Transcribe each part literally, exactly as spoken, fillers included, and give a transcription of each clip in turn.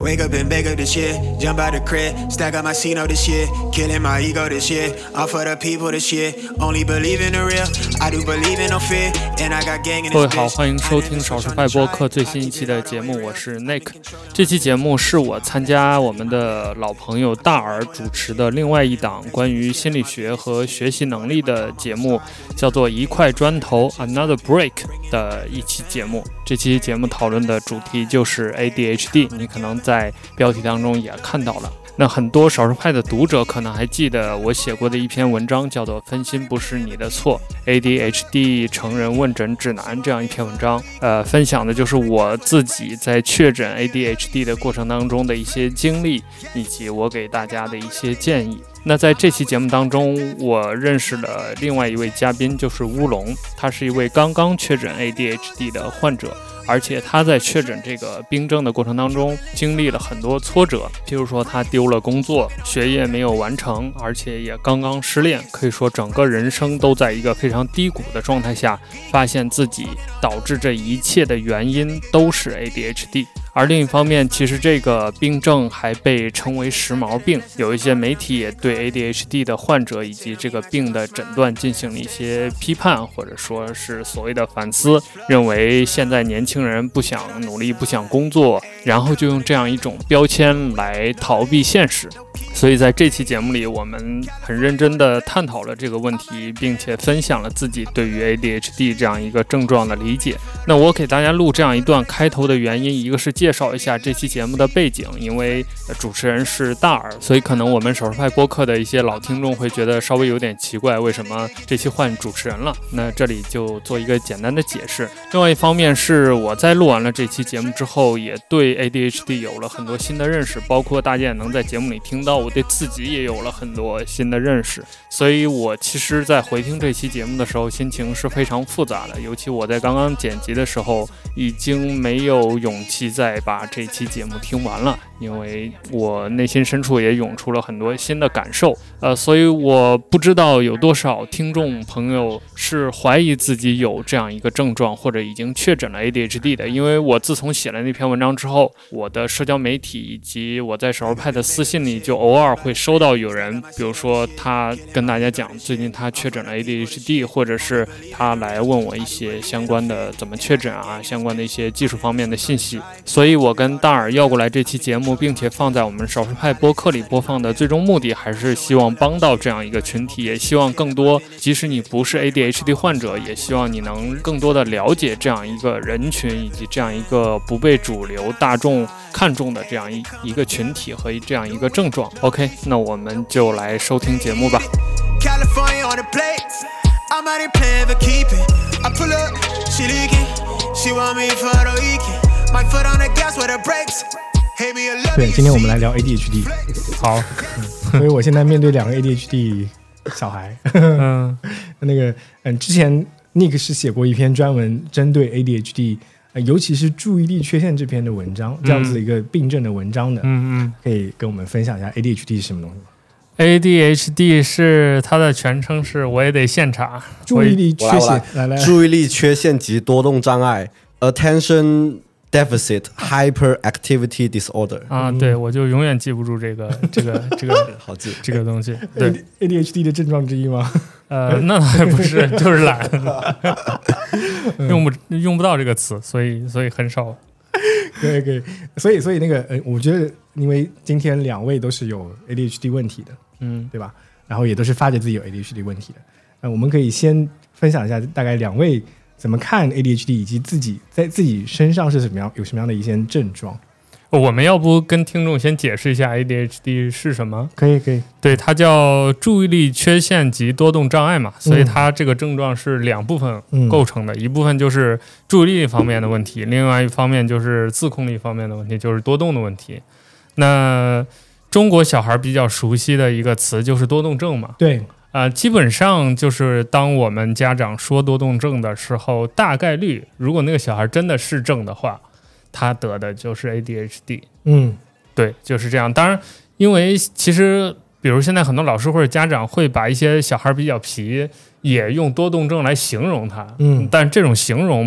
Wake up and bake up this shit, jump out the crib, stack up my C note this shit, killing my ego this shit, all for the people this shit, only believe in the real, I do believe in no fear, and I got gang in this bitch. 各位好，欢迎收听少数派播客最新一期的节目，我是 Nick。这期节目是我参加我们的老朋友大耳主持的另外一档关于心理学和学习能力的节目，叫做一块砖头 Another Break 的一期节目。这期节目讨论的主题就是 A D H D， 你可能在标题当中也看到了。那很多少数派的读者可能还记得我写过的一篇文章，叫做《分心不是你的错 A D H D 成人问诊指南》这样一篇文章，呃，分享的就是我自己在确诊 A D H D 的过程当中的一些经历，以及我给大家的一些建议。那在这期节目当中，我认识了另外一位嘉宾，就是乌龙，他是一位刚刚确诊 A D H D 的患者。而且他在确诊这个病症的过程当中经历了很多挫折，譬如说他丢了工作，学业没有完成，而且也刚刚失恋，可以说整个人生都在一个非常低谷的状态下，发现自己导致这一切的原因都是 A D H D。而另一方面，其实这个病症还被称为时髦病，有一些媒体也对 A D H D 的患者以及这个病的诊断进行了一些批判，或者说是所谓的反思，认为现在年轻人不想努力，不想工作，然后就用这样一种标签来逃避现实。所以在这期节目里，我们很认真地探讨了这个问题，并且分享了自己对于 A D H D 这样一个症状的理解。那我给大家录这样一段开头的原因，一个是介绍一下这期节目的背景，因为主持人是大耳，所以可能我们少数派播客的一些老听众会觉得稍微有点奇怪，为什么这期换主持人了？那这里就做一个简单的解释。另外一方面是我在录完了这期节目之后，也对 A D H D 有了很多新的认识，包括大家也能在节目里听到我对自己也有了很多新的认识，所以我其实在回听这期节目的时候心情是非常复杂的，尤其我在刚刚剪辑的时候已经没有勇气再把这期节目听完了，因为我内心深处也涌出了很多新的感受，呃，所以我不知道有多少听众朋友是怀疑自己有这样一个症状，或者已经确诊了 A D H D 的，因为我自从写了那篇文章之后，我的社交媒体以及我在少数派的私信里就偶尔会收到有人，比如说他跟大家讲最近他确诊了 A D H D， 或者是他来问我一些相关的怎么确诊啊，相关的一些技术方面的信息。所以我跟大耳要过来这期节目，并且放在我们少数派播客里播放的最终目的，还是希望帮到这样一个群体，也希望更多，即使你不是 A D H D 患者，也希望你能更多的了解这样一个人群，以及这样一个不被主流大众看重的这样一一个群体和这样一个症状。 OK， 那我们就来收听节目吧。 California on the plates, I'm out here playing for keeping. I pull up, she leaking, she want me for the weekend. My foot on the gas with the brakes. 对，今天我们来聊 A D H D。 好、 嗯、所以我现在面对两个 A D H D 小孩。嗯，那个嗯，之前 Nick 是写过一篇专门针对 A D H D、呃、尤其是注意力缺陷这篇的文章，这样子的一个病症的文章的。嗯嗯，可以跟我们分享一下 A D H D 是什么东西吗？ A D H D 是它的全称是，我也得现查。 注意力缺陷，来来， 注意力缺陷及多动障碍 ，Attention Deficit Hyperactivity Disorder 啊，对，我就永远记不住这个这个这个好记这个东西。对 ，A D H D 的症状之一吗？ 呃，那还不是，就是懒，用不用不到这个词，所以所以很少。 可以可以，所以所以那个呃，我觉得因为今天两位都是有 A D H D 问题的，嗯，对吧？然后也都是发觉自己有 A D H D 问题的，那、呃、我们可以先分享一下大概两位怎么看 A D H D， 以及自己在自己身上是什么样，有什么样的一些症状。 我们要不跟听众先解释一下 A D H D 是什么？ 可以可以。 对，它叫注意力缺陷及多动障碍嘛，所以它这个症状是两部分构成的、嗯、一部分就是注意力方面的问题，另外一方面就是自控力方面的问题，就是多动的问题。那中国小孩比较熟悉的一个词就是多动症嘛。 对， 呃，基本上就是当我们家长说多动症的时候，大概率如果那个小孩真的是症的话，他得的就是 A D H D。 嗯，对，就是这样。当然因为其实比如现在很多老师或者家长会把一些小孩比较皮也用多动症来形容他，嗯，但这种形容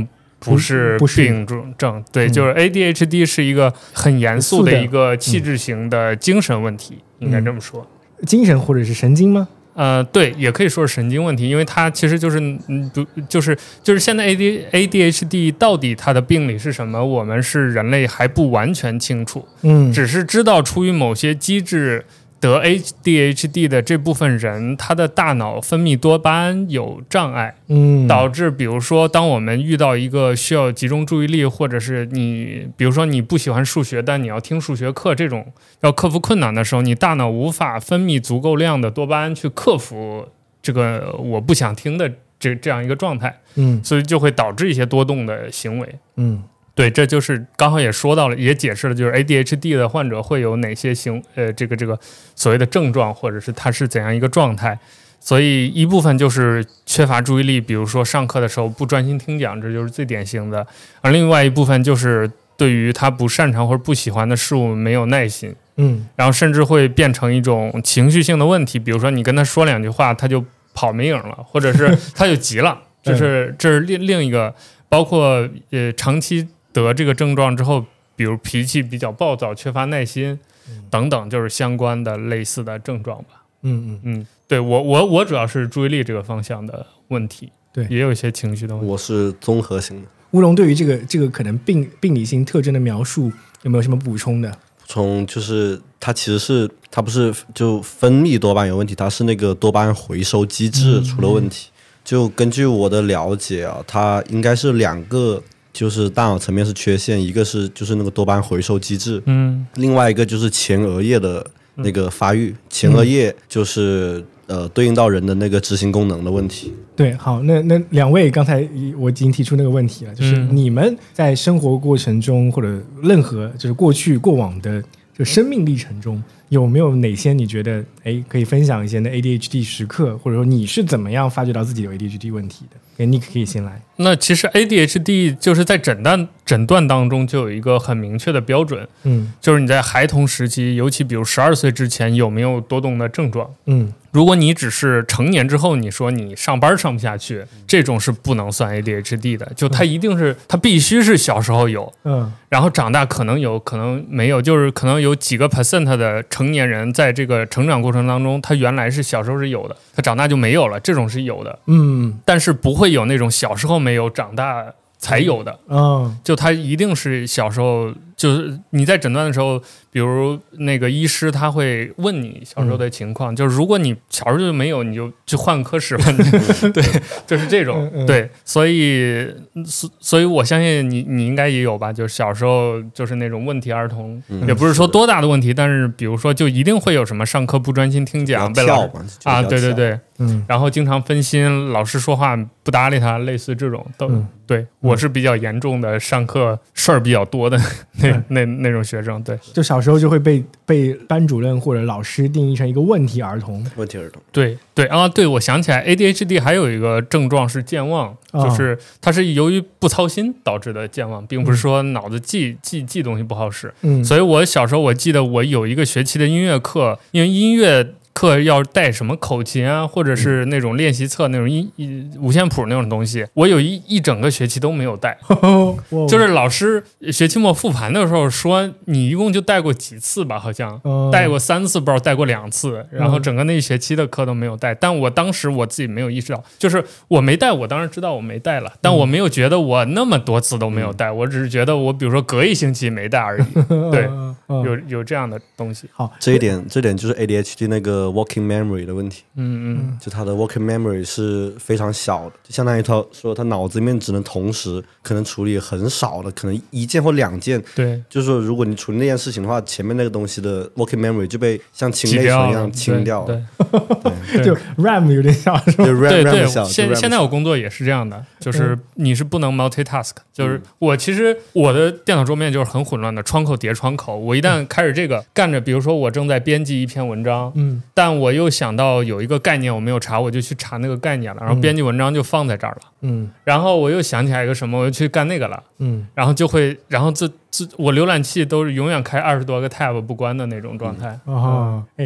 不是病症，对，就是 A D H D 是一个很严肃的一个气质型的精神问题，嗯、应该这么说。 精神或者是神经吗？ 呃，对，也可以说是神经问题，因为它其实就是，嗯，不，就是就是现在 A D A D H D 到底它的病理是什么，我们是人类还不完全清楚， 嗯， 只是知道出于某些机制。得 A D H D 的这部分人，他的大脑分泌多巴胺有障碍， 嗯， 导致比如说，当我们遇到一个需要集中注意力，或者是你，比如说你不喜欢数学，但你要听数学课这种要克服困难的时候，你大脑无法分泌足够量的多巴胺去克服这个我不想听的这这样一个状态， 嗯， 所以就会导致一些多动的行为， 嗯。 对，这就是刚好也说到了，也解释了，就是 A D H D 的患者会有哪些行呃这个这个所谓的症状，或者是他是怎样一个状态。所以一部分就是缺乏注意力，比如说上课的时候不专心听讲，这就是最典型的。而另外一部分就是对于他不擅长或者不喜欢的事物没有耐心， 嗯， 然后甚至会变成一种情绪性的问题，比如说你跟他说两句话，他就跑没影了，或者是他就急了，这是这是另另一个，包括呃长期。得这个症状之后，比如脾气比较暴躁、缺乏耐心等等，就是相关的类似的症状吧。 嗯嗯嗯，对我我我主要是注意力这个方向的问题， 对， 也有一些情绪的问题。 我是综合型的。 乌龙对于这个这个可能病病理性特征的描述有没有什么补充的？补充就是它其实是它不是就分泌多巴胺有问题，它是那个多巴胺回收机制出了问题。嗯、就根据我的了解啊，它应该是两个。就是大脑层面是缺陷，一个是就是那个多巴胺回收机制， 嗯， 另外一个就是前额叶的那个发育，嗯、前额叶就是呃对应到人的那个执行功能的问题。 对，好，那那两位刚才我已经提出那个问题了，就是你们在生活过程中或者任何就是过去过往的就生命历程中，有没有哪些你觉得哎可以分享一些的 A D H D 时刻，或者说你是怎么样发觉到自己有 A D H D 问题的？给Nick可以先来。 那其实 A D H D 就是在诊断诊断当中就有一个很明确的标准， 嗯， 就是你在孩童时期，尤其比如十二岁之前有没有多动的症状， 嗯。 如果你只是成年之后，你说你上班上不下去，这种是不能算 A D H D 的，就它一定是它必须是小时候有， 嗯， 然后长大可能有可能没有，就是可能有几个 percent 的成年人在这个成长过程当中，他原来是小时候是有的，他长大就没有了，这种是有的， 嗯， 但是不会有那种小时候没有，长大才有的， 嗯， 就他一定是小时候，就是你在诊断的时候，比如那个医师他会问你小时候的情况，嗯、就是如果你小时候就没有，你就去换科室吧，对，就是这种， 嗯嗯、 对，所以所以我相信你你应该也有吧，就是小时候就是那种问题儿童， 嗯、 也不是说多大的问题，但是比如说就一定会有什么上课不专心听讲，被老师啊，对对对。 嗯， 然后经常分心，老师说话不搭理他，类似这种都、嗯、对。我是比较严重的，上课事儿比较多的那、嗯、那那种学生，对， 就小时候就会被被班主任或者老师定义成一个问题儿童， 问题儿童， 对对啊，对，我想起来 A D H D 还有一个症状是健忘， 哦、 就是它是由于不操心导致的健忘，并不是说脑子记记记东西不好使。 嗯， 所以我小时候我记得我有一个学期的音乐课，因为音乐课要带什么口琴啊，或者是那种练习册那种音五线谱那种东西，我有一一整个学期都没有带，就是老师学期末复盘的时候说你一共就带过几次吧，好像、哦、带过三次，不知道带过两次，然后整个那一学期的课都没有带。但我当时我自己没有意识到，就是我没带，我当然知道我没带了，但我没有觉得我那么多次都没有带，我只是觉得我比如说隔一星期没带而已。对，有有这样的东西。 好， 这一点这一点就是 A D H D 那个working memory 的问题， 嗯嗯， 就他的 working memory 是非常小的，就相当于他说他脑子里面只能同时可能处理很少的，可能一件或两件， 对， 就是说如果你处理那件事情的话，前面那个东西的 working memory 就被像清内存一样清掉了， 对， 就 RAM 有点小，是吧？ 对 RAM 对对， 小， 现现在我工作也是这样的，就是你是不能 multitask， 就是我其实我的电脑桌面就是很混乱的，窗口叠窗口，我一旦开始这个干着，比如说我正在编辑一篇文章， 嗯， 但我又想到有一个概念我没有查，我就去查那个概念了，然后编辑文章就放在这儿了， 嗯， 然后我又想起来一个什么，我又去干那个了， 嗯， 然后就会，然后这这我浏览器都是永远开二十多个 tab 不关的那种状态。 哦，哎，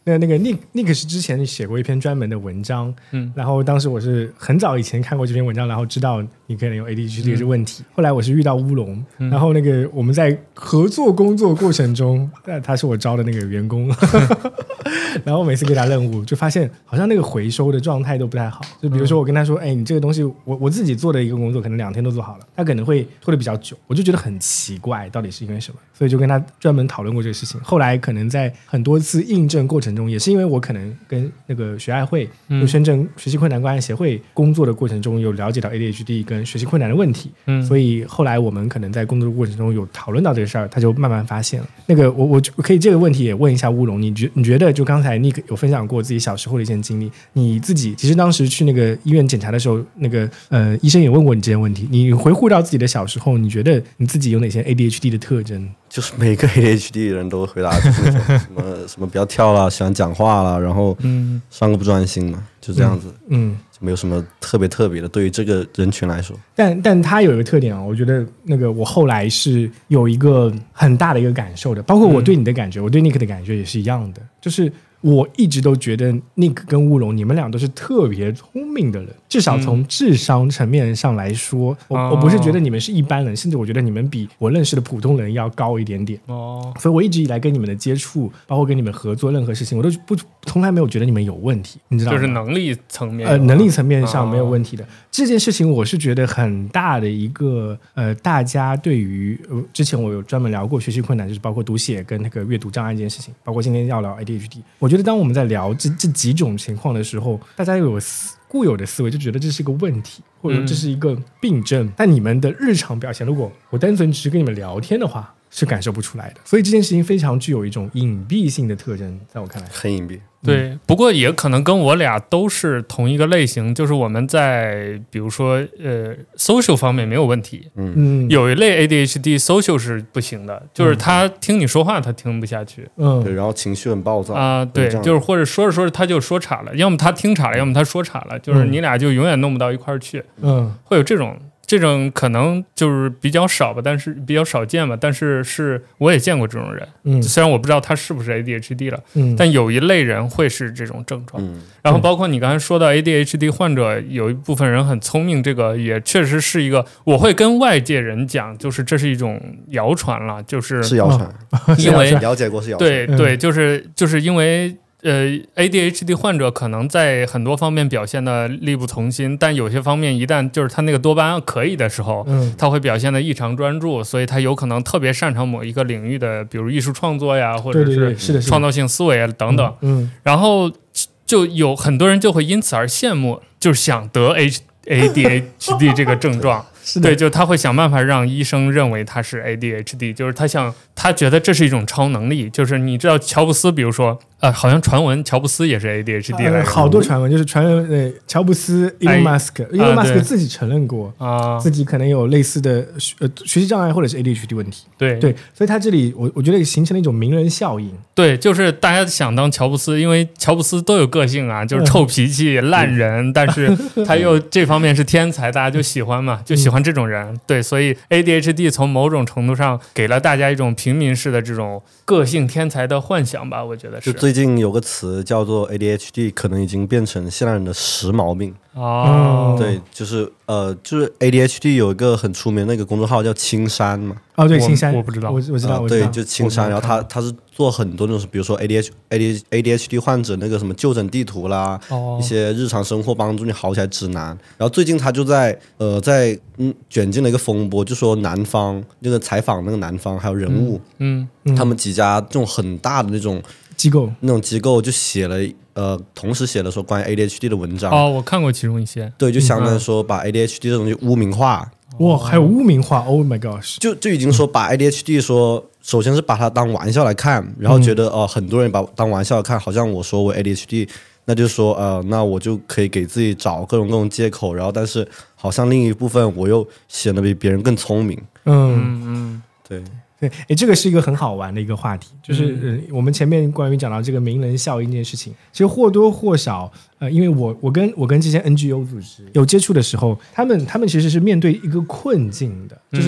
那那个 Nick Nick 是之前写过一篇专门的文章，嗯，然后当时我是很早以前看过这篇文章，然后知道你可能有 A D H D 这个问题。嗯、后来我是遇到乌龙，嗯、然后那个我们在合作工作过程中，他是我招的那个员工，然后每次给他任务，就发现好像那个回收的状态都不太好。就比如说我跟他说，哎，你这个东西我我自己做的一个工作，可能两天都做好了，他可能会拖得比较久，我就觉得很奇怪，到底是因为什么？所以就跟他专门讨论过这个事情。后来可能在很多次印证过程中，也是因为我可能跟那个学爱会，就深圳学习困难关爱协会工作的过程中，有了解到 A D H D 跟学习困难的问题，嗯，所以后来我们可能在工作的过程中有讨论到这个事儿，他就慢慢发现了。那个我我可以这个问题也问一下乌龙，你觉你觉得就刚才你有分享过自己小时候的一件经历，你自己其实当时去那个医院检查的时候，那个呃医生也问过你这件问题，你回顾到自己的小时候，你觉得你自己有哪些 A D H D 的特征？ 就是每个 A D H D 人都回答就是那种什么什么不要跳啦，喜欢讲话啦，然后上课不专心嘛，就这样子，嗯，嗯就没有什么特别特别的对于这个人群来说。 但但他有一个特点啊，我觉得那个我后来是有一个很大的一个感受的，包括我对你的感觉，嗯、我对 Nick 的感觉也是一样的，就是我一直都觉得 Nick 跟乌龙你们俩都是特别聪明的人，至少从智商层面上来说，嗯、我, 我不是觉得你们是一般人，甚至我觉得你们比我认识的普通人要高一点点。哦，所以我一直以来跟你们的接触，包括跟你们合作任何事情，我都不从来没有觉得你们有问题，你知道吗？ 就是能力层面， 呃，能力层面上没有问题的。哦、这件事情我是觉得很大的一个呃，大家对于、呃、之前我有专门聊过学习困难，就是包括读写跟那个阅读障碍这件事情，包括今天要聊 A D H D。我觉得当我们在聊这这几种情况的时候，大家有固有的思维就觉得这是一个问题，或者这是一个病症，嗯、但你们的日常表现，如果我单纯只是跟你们聊天的话，是感受不出来的。所以这件事情非常具有一种隐蔽性的特征，在我看来很隐蔽。 对，不过也可能跟我俩都是同一个类型，就是我们在比如说呃 social 方面没有问题，嗯，有一类 A D H D social 是不行的，就是他听你说话他听不下去， 嗯，对，然后情绪很暴躁啊、呃，对，就是或者说着说着他就说岔了，要么他听岔了，要么他说岔了，就是你俩就永远弄不到一块儿去，嗯，会有这种。这种可能就是比较少吧，但是比较少见吧，但是是我也见过这种人，嗯，虽然我不知道他是不是 A D H D 了，嗯，但有一类人会是这种症状，嗯，然后包括你刚才说到 A D H D 患者有一部分人很聪明，这个也确实是一个，我会跟外界人讲，就是这是一种谣传了，就是是谣传， 因为了解过是谣传， 对对，就是就是因为。呃 ，A D H D 患者可能在很多方面表现的力不从心，但有些方面一旦就是他那个多巴胺可以的时候，嗯，他会表现的异常专注，所以他有可能特别擅长某一个领域的，比如艺术创作呀，或者是创造性思维啊等等，嗯，然后就有很多人就会因此而羡慕，就是想得 A D H D 这个症状。对，就他会想办法让医生认为他是 A D H D， 就是他想，他觉得这是一种超能力。就是你知道乔布斯，比如说，呃，好像传闻乔布斯也是 A D H D 来的、 呃，好多传闻就是传闻，呃，乔布斯 Elon Musk，Elon Musk 自己承认过啊，自己可能有类似的呃学习障碍或者是 A D H D 问题。 对对，所以他这里我我觉得形成了一种名人效应。 对，就是大家想当乔布斯，因为乔布斯都有个性啊，就是臭脾气、嗯、烂人，但是他又这方面是天才，大家就喜欢嘛，就喜欢这种人。嗯、对，所以 A D H D 从某种程度上给了大家一种平民式的这种个性天才的幻想吧，我觉得是。 就最近有个词叫做 A D H D， 可能已经变成现代人的时髦病。 哦， 对，就是呃，就是 A D H D 有一个很出名的那个公众号叫青山嘛。 哦，对，青山， 我不知道， 我我知道， 呃、对，就青山，然后他他是做很多那种，比如说 A D H A D A D H D 患者那个什么就诊地图啦，哦、一些日常生活帮助你好起来指南。然后最近他就在呃在嗯卷进了一个风波，就说南方那个采访那个南方还有人物，嗯，嗯他们几家这种很大的那种机构， 那种机构就写了。呃，同时写了说关于 A D H D 的文章。 哦，我看过其中一些。 对，就相当于说把 A D H D 这种东西污名化。 哇，还有污名化 ！Oh my gosh！ 就就已经说把 A D H D 说，首先是把它当玩笑来看，然后觉得哦、呃，很多人把当玩笑来看，好像我说我 A D H D， 那就说呃，那我就可以给自己找各种各种借口，然后但是好像另一部分我又显得比别人更聪明。 嗯嗯，对。 对，诶，这个是一个很好玩的一个话题，就是、嗯呃、我们前面关于讲到这个名人效应这件事情，其实或多或少，呃，因为我我跟我跟这些 N G O 组织有接触的时候，他们他们其实是面对一个困境的，就是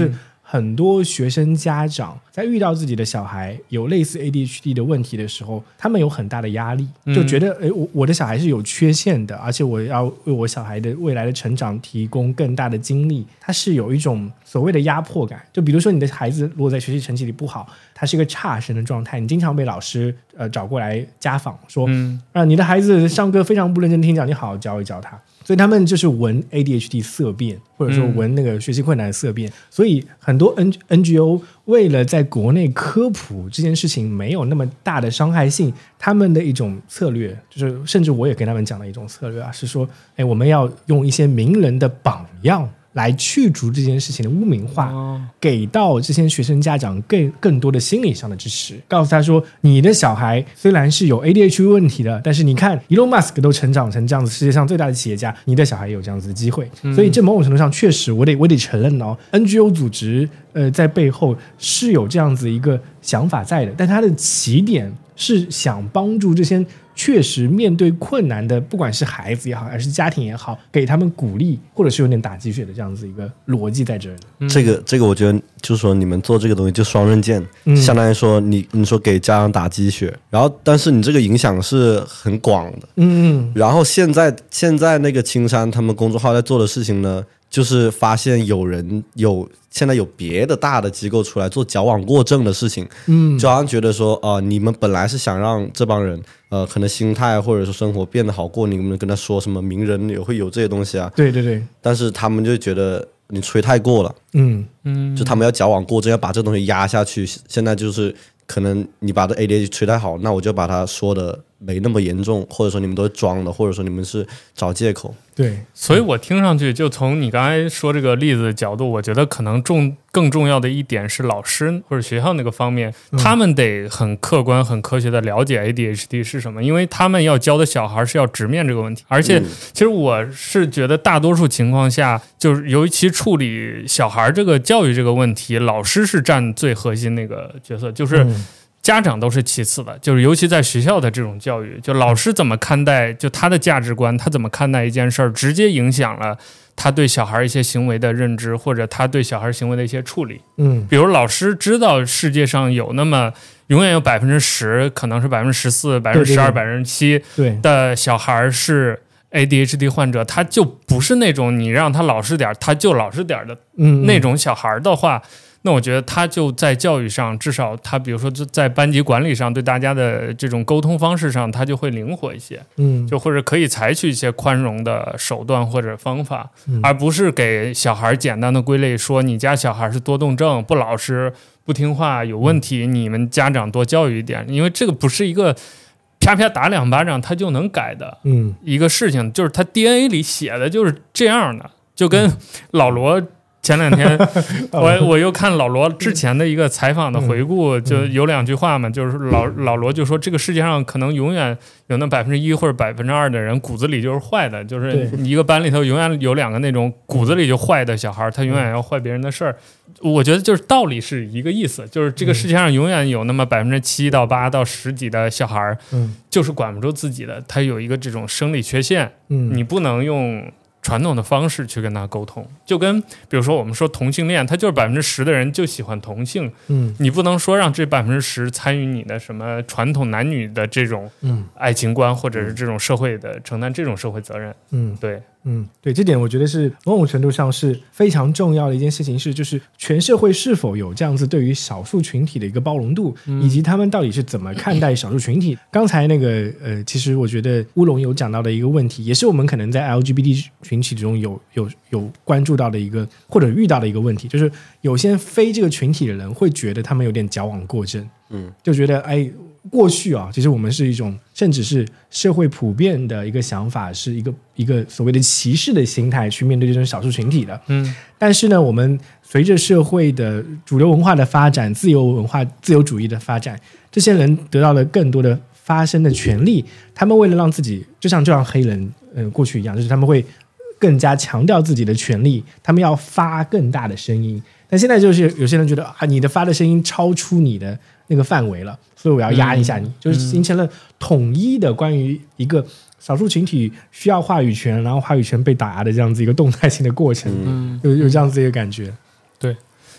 很多学生家长在遇到自己的小孩有类似 A D H D 的问题的时候，他们有很大的压力，就觉得诶，我我的小孩是有缺陷的，而且我要为我小孩的未来的成长提供更大的精力，他是有一种所谓的压迫感。就比如说你的孩子如果在学习成绩里不好，他是一个差生的状态，你经常被老师呃找过来家访说，嗯、啊，你的孩子上课非常不认真听讲，你好好教一教他。所以他们就是闻 A D H D 色变，或者说闻那个学习困难的色变、嗯、所以很多 N NGO 为了在国内科普这件事情没有那么大的伤害性，他们的一种策略就是甚至我也跟他们讲的一种策略啊，是说哎，我们要用一些名人的榜样来去除这件事情的污名化、哦、给到这些学生家长更更多的心理上的支持，告诉他说你的小孩虽然是有 A D H D 问题的，但是你看 Elon Musk 都成长成这样子世界上最大的企业家，你的小孩也有这样子的机会、嗯、所以这某种程度上确实我得我得承认哦 N G O 组织呃在背后是有这样子一个想法在的，但它的起点是想帮助这些确实面对困难的不管是孩子也好还是家庭也好，给他们鼓励或者是有点打鸡血的这样子一个逻辑在这里、 嗯、这个这个我觉得就是说你们做这个东西就双刃剑、嗯、相当于说你你说给家长打鸡血，然后但是你这个影响是很广的，嗯，然后现在现在那个青山他们公众号在做的事情呢，就是发现有人有现在有别的大的机构出来做矫枉过正的事情，嗯，就好像觉得说啊、呃，你们本来是想让这帮人呃可能心态或者说生活变得好过，你们跟他说什么名人也会有这些东西啊， 对对对， 但是他们就觉得你吹太过了，嗯嗯，就他们要矫枉过正，要把这东西压下去，现在就是可能你把这 A D H D 吹太好，那我就把它说的没那么严重，或者说你们都是装的，或者说你们是找借口。 对， 所以我听上去就从你刚才说这个例子的角度，我觉得可能重更重要的一点是老师或者学校那个方面、嗯、他们得很客观很科学的了解 A D H D 是什么，因为他们要教的小孩是要直面这个问题，而且其实我是觉得大多数情况下就是尤其处理小孩这个教育这个问题，老师是占最核心那个角色，就是家长都是其次的，就是尤其在学校的这种教育，就老师怎么看待，就他的价值观，他怎么看待一件事儿，直接影响了他对小孩一些行为的认知，或者他对小孩行为的一些处理。嗯，比如老师知道世界上有那么永远有百分之十，可能是百分之十四、百分之十二、百分之七的小孩是 A D H D 患者，他就不是那种你让他老实点，他就老实点的那种小孩的话。嗯嗯，那我觉得他就在教育上，至少他比如说在班级管理上，对大家的这种沟通方式上，他就会灵活一些，嗯，就或者可以采取一些宽容的手段或者方法，嗯、而不是给小孩简单的归类说你家小孩是多动症、不老实、不听话、有问题，嗯、你们家长多教育一点，因为这个不是一个啪啪打两巴掌他就能改的，嗯，一个事情，就是他 D N A 里写的就是这样的，就跟老罗。前两天我我又看老罗之前的一个采访的回顾，就有两句话嘛，就是老老罗就说这个世界上可能永远有那百分之一或者百分之二的人骨子里就是坏的，就是一个班里头永远有两个那种骨子里就坏的小孩，他永远要坏别人的事儿。我觉得就是道理是一个意思，就是这个世界上永远有那么百分之七到八到十几的小孩，就是管不住自己的，他有一个这种生理缺陷，你不能用传统的方式去跟他沟通，就跟比如说我们说同性恋，他就是百分之十的人就喜欢同性，嗯，你不能说让这百分之十参与你的什么传统男女的这种爱情观，或者是这种社会的承担这种社会责任，嗯，对。 嗯，对，这点我觉得是某种程度上是非常重要的一件事情，是就是全社会是否有这样子对于少数群体的一个包容度，嗯、以及他们到底是怎么看待少数群体。刚才那个呃，其实我觉得乌龙有讲到的一个问题，也是我们可能在 L G B T 群体中有有有关注到的一个或者遇到的一个问题，就是有些非这个群体的人会觉得他们有点矫枉过正，嗯，就觉得哎。过去啊，其实我们是一种，甚至是社会普遍的一个想法，是一个一个所谓的歧视的心态去面对这种少数群体的。嗯，但是呢，我们随着社会的主流文化的发展，自由文化、自由主义的发展，这些人得到了更多的发声的权利。他们为了让自己，就像就像黑人，呃，过去一样，就是他们会更加强调自己的权利，他们要发更大的声音。但现在就是有些人觉得啊，你的发的声音超出你的那个范围了，所以我要压一下你，嗯、就是形成了统一的关于一个少数群体需要话语权，然后话语权被打压的这样子一个动态性的过程，嗯、有有这样子一个感觉。 对，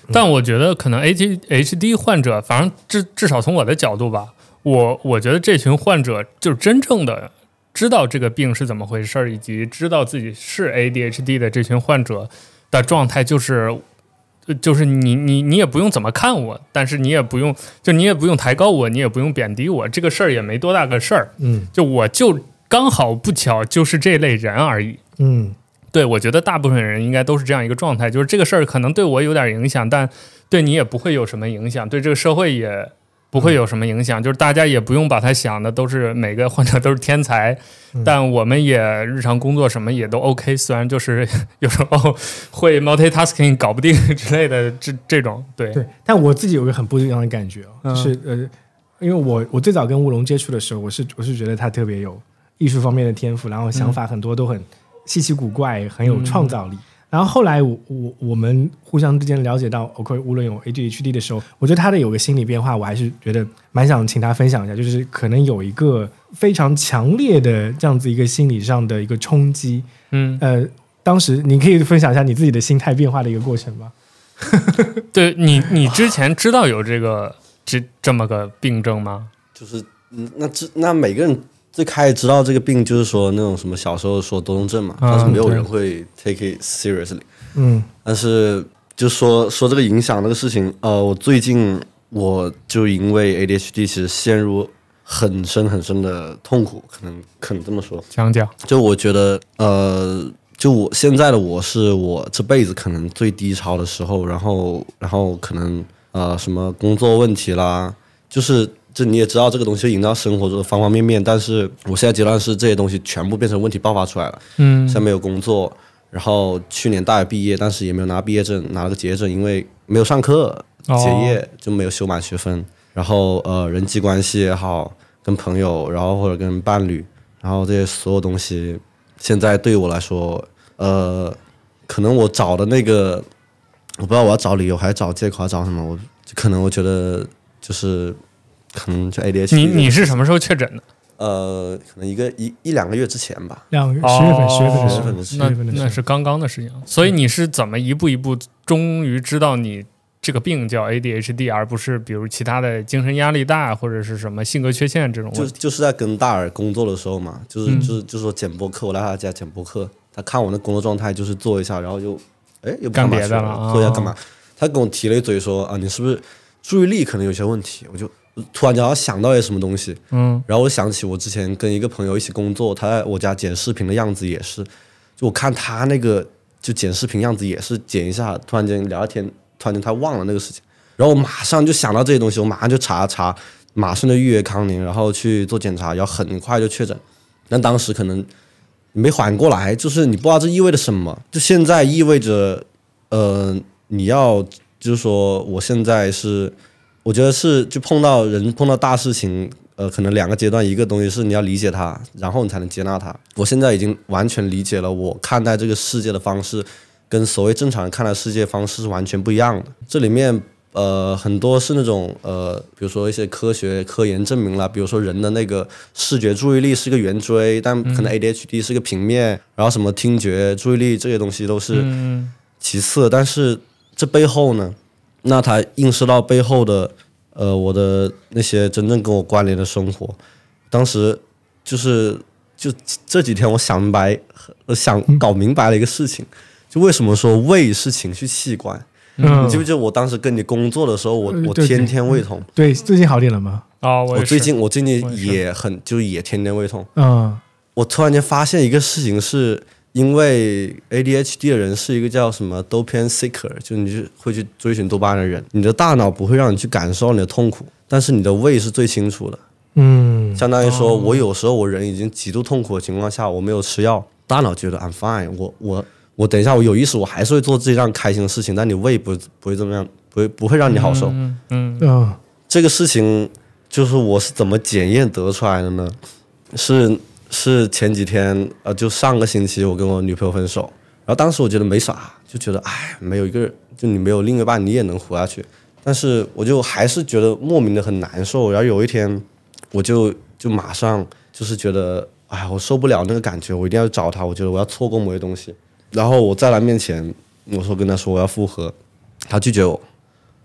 但我觉得可能 A D H D 患者，反正至至少从我的角度吧，我我觉得这群患者就是真正的知道这个病是怎么回事，以及知道自己是 A D H D 的这群患者的状态，就是就是你你你也不用怎么看我，但是你也不用就你也不用抬高我，你也不用贬低我，这个事儿也没多大个事儿， 嗯， 就我就刚好不巧就是这类人而已， 嗯。 对，我觉得大部分人应该都是这样一个状态，就是这个事儿可能对我有点影响，但对你也不会有什么影响，对这个社会也不会有什么影响，就是大家也不用把它想的都是每个患者都是天才，嗯、但我们也日常工作什么也都 OK， 虽然就是有时候会 multitasking 搞不定之类的这这种，对对，但我自己有个很不一样的感觉、哦、就是、嗯、呃，因为我我最早跟乌龙接触的时候，我是我是觉得他特别有艺术方面的天赋，然后想法很多都很稀奇古怪，很有创造力。嗯、然后后来我我我们互相之间了解到 ，OK， 无论有 A D H D 的时候，我觉得他的有个心理变化，我还是觉得蛮想请他分享一下，就是可能有一个非常强烈的这样子一个心理上的一个冲击。嗯，呃，当时你可以分享一下你自己的心态变化的一个过程吗？ 对你，你之前知道有这个这这么个病症吗？ 就是那那每个人。最开始知道这个病就是说那种什么小时候说多动症嘛，但是没有人会 take it seriously。嗯，但是就说说这个影响那个事情，呃，我最近我就因为 A D H D 其实陷入很深很深的痛苦，可能可能这么说。 讲讲， 就我觉得，呃，就我现在的我是我这辈子可能最低潮的时候，然后然后可能呃什么工作问题啦，就是。这你也知道，这个东西会影响到生活的方方面面。但是我现在阶段是这些东西全部变成问题爆发出来了。嗯，现在没有工作，然后去年大学毕业，但是也没有拿毕业证，拿了个结业证，因为没有上课，结业就没有修满学分。然后呃，人际关系也好，跟朋友，然后或者跟伴侣，然后这些所有东西，现在对我来说，呃，可能我找的那个，我不知道我要找理由还是找借口，还是找什么？我可能我觉得就是。可能就 A D H D。 你你是什么时候确诊的？ 呃，可能一个一一两个月之前吧。 两个十月份，十月份，十月份的， 十月份的，那是刚刚的事情。所以你是怎么一步一步，终于知道你这个病叫 A D H D， 而不是比如其他的精神压力大或者是什么性格缺陷这种问题？ 就就是在跟大耳工作的时候嘛，就是、嗯、就是就是说剪播客，我来他家剪播客，他看我的工作状态就是做一下，然后就哎又不干别的了， 做一下干嘛？他跟我提了一嘴说啊，你是不是注意力可能有些问题？我就。突然间好像想到一些什么东西，嗯，然后我想起我之前跟一个朋友一起工作，他在我家剪视频的样子也是，就我看他那个就剪视频样子也是剪一下，突然间聊天，突然间他忘了那个事情，然后我马上就想到这些东西，我马上就查查，马上就预约康宁，然后去做检查，然后很快就确诊。但当时可能没缓过来，就是你不知道这意味着什么，就现在意味着，呃，你要就是说我现在是。我觉得是，就碰到人碰到大事情，呃，可能两个阶段，一个东西是你要理解它，然后你才能接纳它。我现在已经完全理解了，我看待这个世界的方式，跟所谓正常人看待世界方式是完全不一样的。这里面，呃，很多是那种，呃，比如说一些科学科研证明了，比如说人的那个视觉注意力是个圆锥，但可能 A D H D 是个平面，嗯、然后什么听觉注意力这些东西都是其次，但是这背后呢？那它映射到背后的，呃，我的那些真正跟我关联的生活，当时就是就这几天我想明白，想搞明白了一个事情，就为什么说胃是情绪器官？嗯，你记不记得我当时跟你工作的时候，我我天天胃痛。 对，最近好点了吗？ 啊、哦，我我最近我最近也很就也天天胃痛。嗯，我突然间发现一个事情是。因为 A D H D 的人是一个叫什么 dopamine seeker， 就你就会去追寻多巴胺的人，你的大脑不会让你去感受你的痛苦，但是你的胃是最清楚的。嗯，相当于说、哦、我有时候我人已经极度痛苦的情况下，我没有吃药，大脑觉得 I'm fine， 我我我等一下我有意识我还是会做自己让开心的事情，但你胃不不会这么样，不会不会让你好受。嗯嗯，嗯这个事情就是我是怎么检验得出来的呢？是。是前几天，呃，就上个星期我跟我女朋友分手，然后当时我觉得没啥，就觉得哎，没有一个，就你没有另一半，你也能活下去。但是我就还是觉得莫名的很难受。然后有一天，我就就马上就是觉得，哎，我受不了那个感觉，我一定要找她。我觉得我要错过某些东西。然后我在她面前，我说跟她说我要复合，她拒绝我。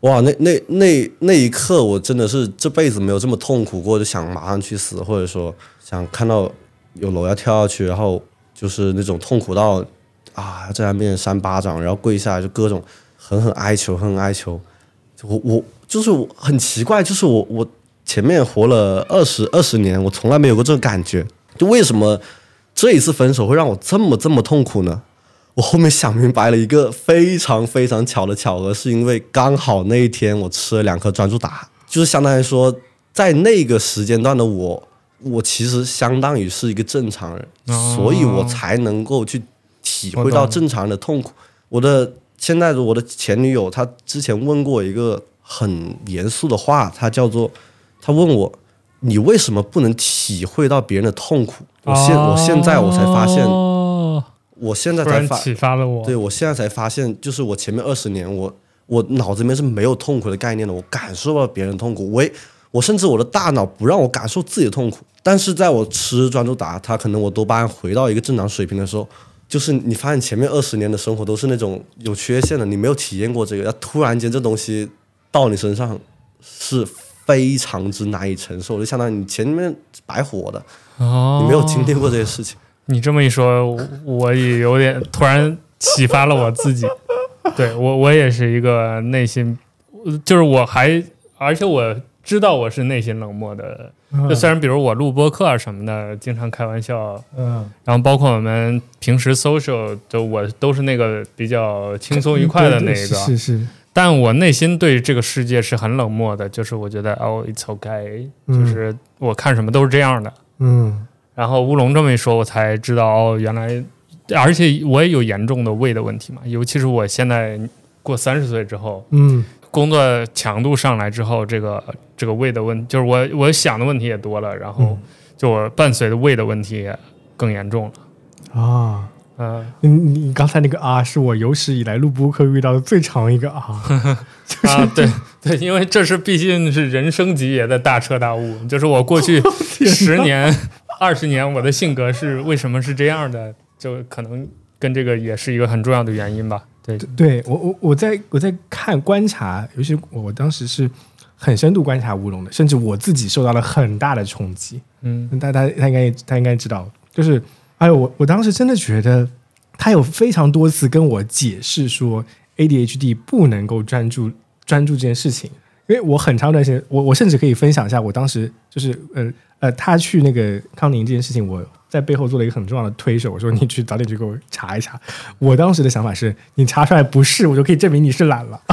哇，那那那那一刻，我真的是这辈子没有这么痛苦过，就想马上去死，或者说想看到有楼要跳下去，然后就是那种痛苦到啊，在他面前扇巴掌，然后跪下来就各种狠狠哀求，狠狠哀求。我我就是我很奇怪，就是我我前面活了二十二十年，我从来没有过这种感觉，就为什么这一次分手会让我这么这么痛苦呢？我后面想明白了一个非常非常巧的巧合，是因为刚好那一天我吃了两颗专注达，就是相当于说在那个时间段的我，我其实相当于是一个正常人，哦、所以我才能够去体会到正常人的痛苦。我的现在的我的前女友，她之前问过一个很严肃的话，她叫做，她问我，你为什么不能体会到别人的痛苦？我现、哦、我现在我才发现。我现在才发启发了我， 对我现在才发现，就是我前面二十年，我我脑子里面是没有痛苦的概念的，我感受到别人的痛苦，我也我甚至我的大脑不让我感受自己的痛苦。但是在我吃专注达，它可能我多巴胺回到一个正常水平的时候，就是你发现前面二十年的生活都是那种有缺陷的，你没有体验过这个，突然间这东西到你身上是非常之难以承受，就相当于你前面白活的，哦、你没有经历过这些事情。 你这么一说，我也有点突然启发了我自己。对我，我也是一个内心，就是我还，而且我知道我是内心冷漠的。嗯、就虽然比如我录播客啊什么的，经常开玩笑，嗯，然后包括我们平时 social， 就我都是那个比较轻松愉快的那个， 是是。 但我内心对这个世界是很冷漠的，就是我觉得哦 ，it's okay，、嗯、就是我看什么都是这样的，嗯。然后乌龙这么一说，我才知道哦，原来，而且我也有严重的胃的问题嘛，尤其是我现在过三十岁之后，嗯，工作强度上来之后，这个这个胃的问，就是我我想的问题也多了，然后就我伴随的胃的问题也更严重了啊。嗯，你你刚才那个啊，是我有史以来录播客遇到的最长一个啊， 就是、啊，对对，因为这是毕竟是人生级别的大彻大悟，就是我过去十年。二十年，我的性格是为什么是这样的？就可能跟这个也是一个很重要的原因吧。对， 对我我我在我在看观察，尤其我当时是很深度观察乌龙的，甚至我自己受到了很大的冲击。嗯，他他他应该他应该知道，就是哎呦，我我当时真的觉得他有非常多次跟我解释说 A D H D 不能够专注专注这件事情。因为我很长一段时间，我我甚至可以分享一下，我当时就是呃呃，他去那个康宁这件事情，我在背后做了一个很重要的推手。我说你去早点去给我查一查。我当时的想法是，你查出来不是，我就可以证明你是懒了。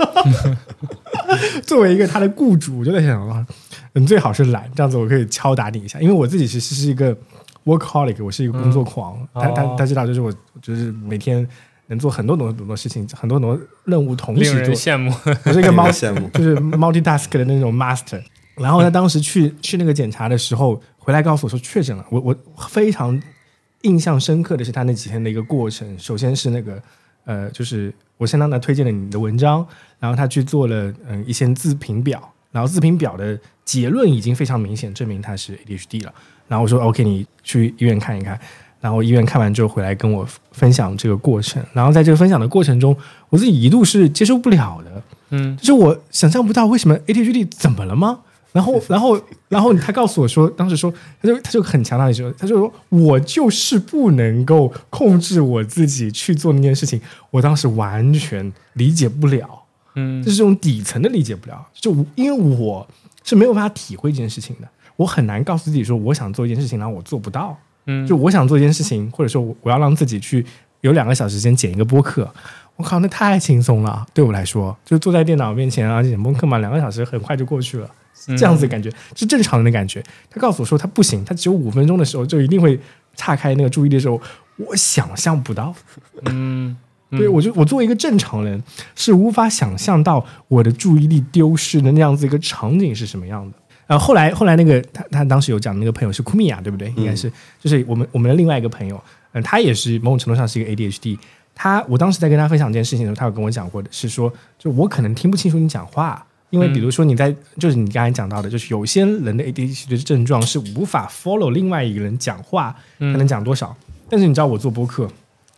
作为一个他的雇主，我就在想啊，你最好是懒，这样子我可以敲打你一下。因为我自己其实是一个 workaholic， 我是一个工作狂。嗯、他他他知道，就是我就是每天。能做很多很多很多事情，很多很多任务同时做， 令人羡慕。 我是一个 multi 就是 multitask 的那种 master。然后他当时去去那个检查的时候，回来告诉我说确诊了。我我非常印象深刻的是他那几天的一个过程。首先是那个呃，就是我先让他推荐了你的文章，然后他去做了嗯、呃、一些自评表，然后自评表的结论已经非常明显，证明他是 A D H D 了。然后我说 OK， 你去医院看一看。然后医院看完之后回来跟我分享这个过程，然后在这个分享的过程中，我自己一度是接受不了的，嗯，就是我想象不到为什么 A D H D 怎么了吗？然后，然后，然后他告诉我说，当时说，他就他就很强大的说，他就说我就是不能够控制我自己去做那件事情，我当时完全理解不了，嗯，就是这种底层的理解不了，就因为我是没有办法体会这件事情的，我很难告诉自己说我想做一件事情，然后我做不到。嗯，就我想做一件事情，或者说我要让自己去有两个小时时间剪一个播客，我靠，那太轻松了，对我来说，就坐在电脑面前啊剪播客嘛，两个小时很快就过去了，这样子的感觉、嗯、是正常人的感觉。他告诉我说他不行，他只有五分钟的时候就一定会岔开那个注意力的时候，我想象不到。嗯，嗯对我就我作为一个正常人是无法想象到我的注意力丢失的那样子一个场景是什么样的。呃，后来后来那个他他当时有讲的那个朋友是库米亚，对不对？应该是，就是我们我们的另外一个朋友，嗯、呃，他也是某种程度上是一个 A D H D。他我当时在跟他分享这件事情的时候，他有跟我讲过的是说，就我可能听不清楚你讲话，因为比如说你在、嗯、就是你刚才讲到的，就是有些人的 A D H D 的症状是无法 follow 另外一个人讲话，他能讲多少。嗯、但是你知道我做播客，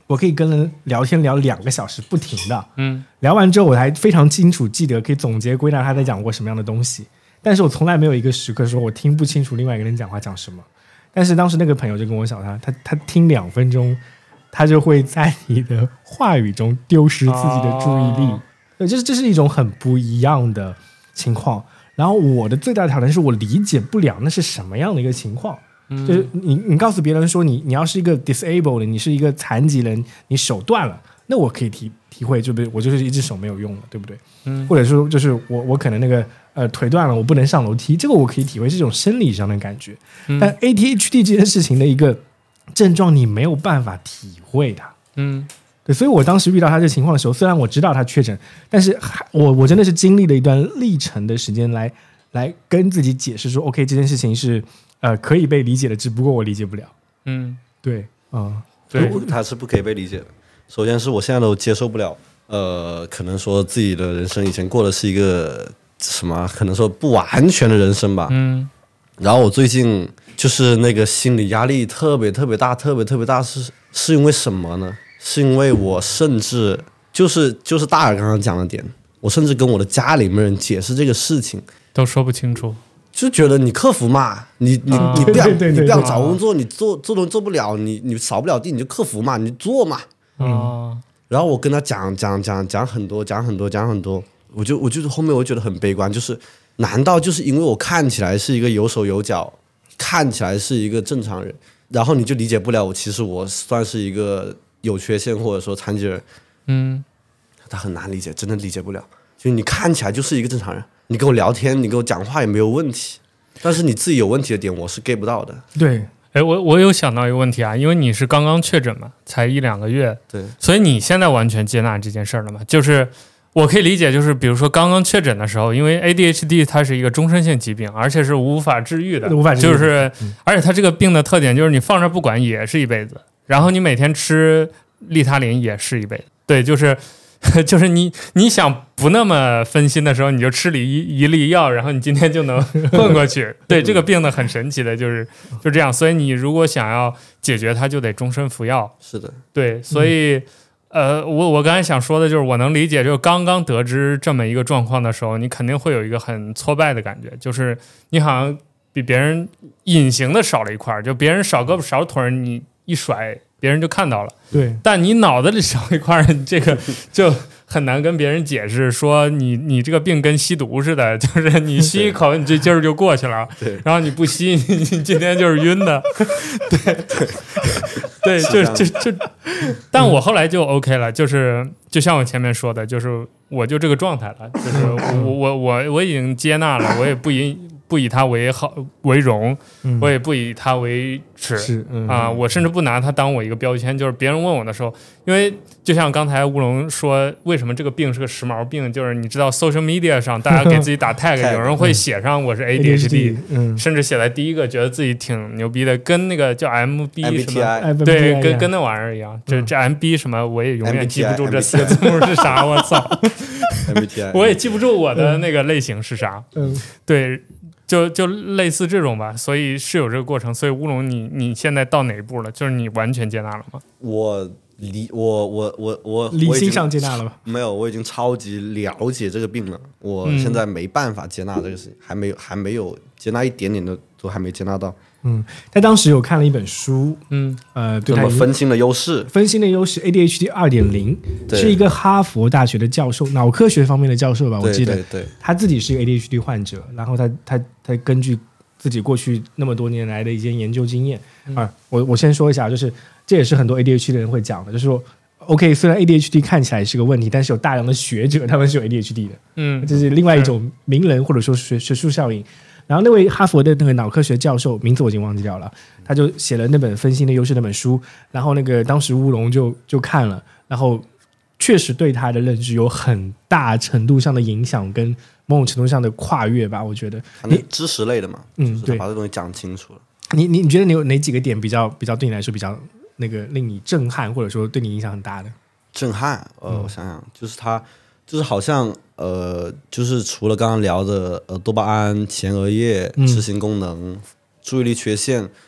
我可以跟人聊天聊两个小时不停的， 嗯， 聊完之后我还非常清楚记得可以总结归纳他在讲过什么样的东西，但是我从来没有一个时刻说我听不清楚另外一个人讲话讲什么。但是当时那个朋友就跟我讲他他他听两分钟，他就会在你的话语中丢失自己的注意力，对，这这是一种很不一样的情况。然后我的最大的挑战是我理解不了那是什么样的一个情况。嗯、就是你你告诉别人说你你要是一个 disabled 你是一个残疾人，你手断了，那我可以体体会，就我就是一只手没有用了，对不对？嗯，或者说就是我我可能那个呃腿断了，我不能上楼梯，这个我可以体会这种生理上的感觉。嗯、但 A D H D 这件事情的一个症状，你没有办法体会它。 嗯， 对，所以我当时遇到他这情况的时候，虽然我知道他确诊，但是我我真的是经历了一段历程的时间来来跟自己解释说 ，OK， 这件事情是。呃，可以被理解的，只不过我理解不了。 嗯， 对，啊、呃， 对， 它是不可以被理解的。首先是我现在都接受不了，呃，可能说自己的人生以前过的是一个什么，可能说不完全的人生吧。 嗯， 然后我最近就是那个心理压力特别特别大，特别特别大，是是因为什么呢？是因为我甚至就是就是大耳刚刚讲的点，我甚至跟我的家里面人解释这个事情都说不清楚。 就觉得你克服嘛，你你你不想你不想找工作，你做做东西做不了，你你扫不了地，你就克服嘛，你做嘛。 嗯。 然后我跟他讲讲讲讲很多，讲很多，讲很多，我就我就是后面我觉得很悲观，就是难道就是因为我看起来是一个有手有脚，看起来是一个正常人，然后你就理解不了我其实我算是一个有缺陷或者说残疾人？ 嗯， 他很难理解，真的理解不了。就你看起来就是一个正常人。你跟我聊天，你跟我讲话也没有问题，但是你自己有问题的点，我是 get 不到的。 对， 哎，我我有想到一个问题啊，因为你是刚刚确诊嘛，才一两个月， 对， 所以你现在完全接纳这件事儿了吗？就是我可以理解，就是比如说刚刚确诊的时候，因为 A D H D 它是一个终身性疾病，而且是无法治愈的， 无法治愈， 就是、 嗯、 而且它这个病的特点就是你放这不管也是一辈子，然后你每天吃利他林也是一辈子，对，就是。就是你你想不那么分心的时候，你就吃了一一粒药，然后你今天就能混过去。对，这个病呢很神奇的，就是就这样。所以你如果想要解决它，就得终身服药。 是的， 对，所以、嗯、呃，我我刚才想说的就是，我能理解，就是刚刚得知这么一个状况的时候，你肯定会有一个很挫败的感觉，就是你好像比别人隐形的少了一块，就别人少胳膊少腿，你一甩。别人就看到了， 对， 但你脑子里少一块，这个就很难跟别人解释，说你你这个病跟吸毒似的，就是你吸一口，你这劲儿就过去了， 对， 然后你不吸，你你今天就是晕的，对对对，就就就，但我后来就 OK 了，就是就像我前面说的，就是我就这个状态了，就是我我我我已经接纳了，我也不以。不以他为好为荣、嗯，我也不以他为耻、 嗯、 啊！我甚至不拿他当我一个标签。就是别人问我的时候，因为就像刚才乌龙说，为什么这个病是个时髦病？就是你知道 ，social media 上大家给自己打 tag， 有人会写上我是 A D H D，、嗯、甚至写在第一个，觉得自己挺牛逼的，跟那个叫 M B 什么，对，跟跟那玩意儿一样。这、嗯、这 M B 什么，我也永远记不住这四个字母是啥。我操我也记不住我的那个类型是啥。 嗯， 对。就就类似这种吧，所以是有这个过程。所以乌龙，你你现在到哪一步了？就是你完全接纳了吗？ 我理我我我我理性上接纳了吧？ 没有，我已经超级了解这个病了。我现在没办法接纳这个事情，嗯、还没有还没有接纳一点点的，都还没接纳到。 嗯，他当时有看了一本书， 嗯， 呃，对他分心的优势， 分心的优势 A D H D 二点零，是一个哈佛大学的教授，脑科学方面的教授吧，我记得， 对对对， 他自己是一个 A D H D 患者，然后他他他根据自己过去那么多年来的一些研究经验、嗯、啊，我我先说一下，就是这也是很多 A D H D 的人会讲的，就是说 ，OK， 虽然 A D H D 看起来是个问题，但是有大量的学者他们是有 A D H D 的， 嗯， 这是另外一种名人或者说学学术效应。然后那位哈佛的那个脑科学教授，名字我已经忘记掉了，他就写了那本《分心的优势》那本书，然后那个当时乌龙就就看了，然后确实对他的认知有很大程度上的影响，跟某种程度上的跨越吧，我觉得。 你知识类的嘛， 嗯，对， 把这东西讲清楚了。 你你你觉得你有哪几个点比较比较对你来说比较那个令你震撼，或者说对你影响很大的？ 震撼，呃，嗯、我想想，就是他，就是好像。呃，就是除了刚刚聊的呃多巴胺、前额叶、执行功能、嗯、注意力缺陷，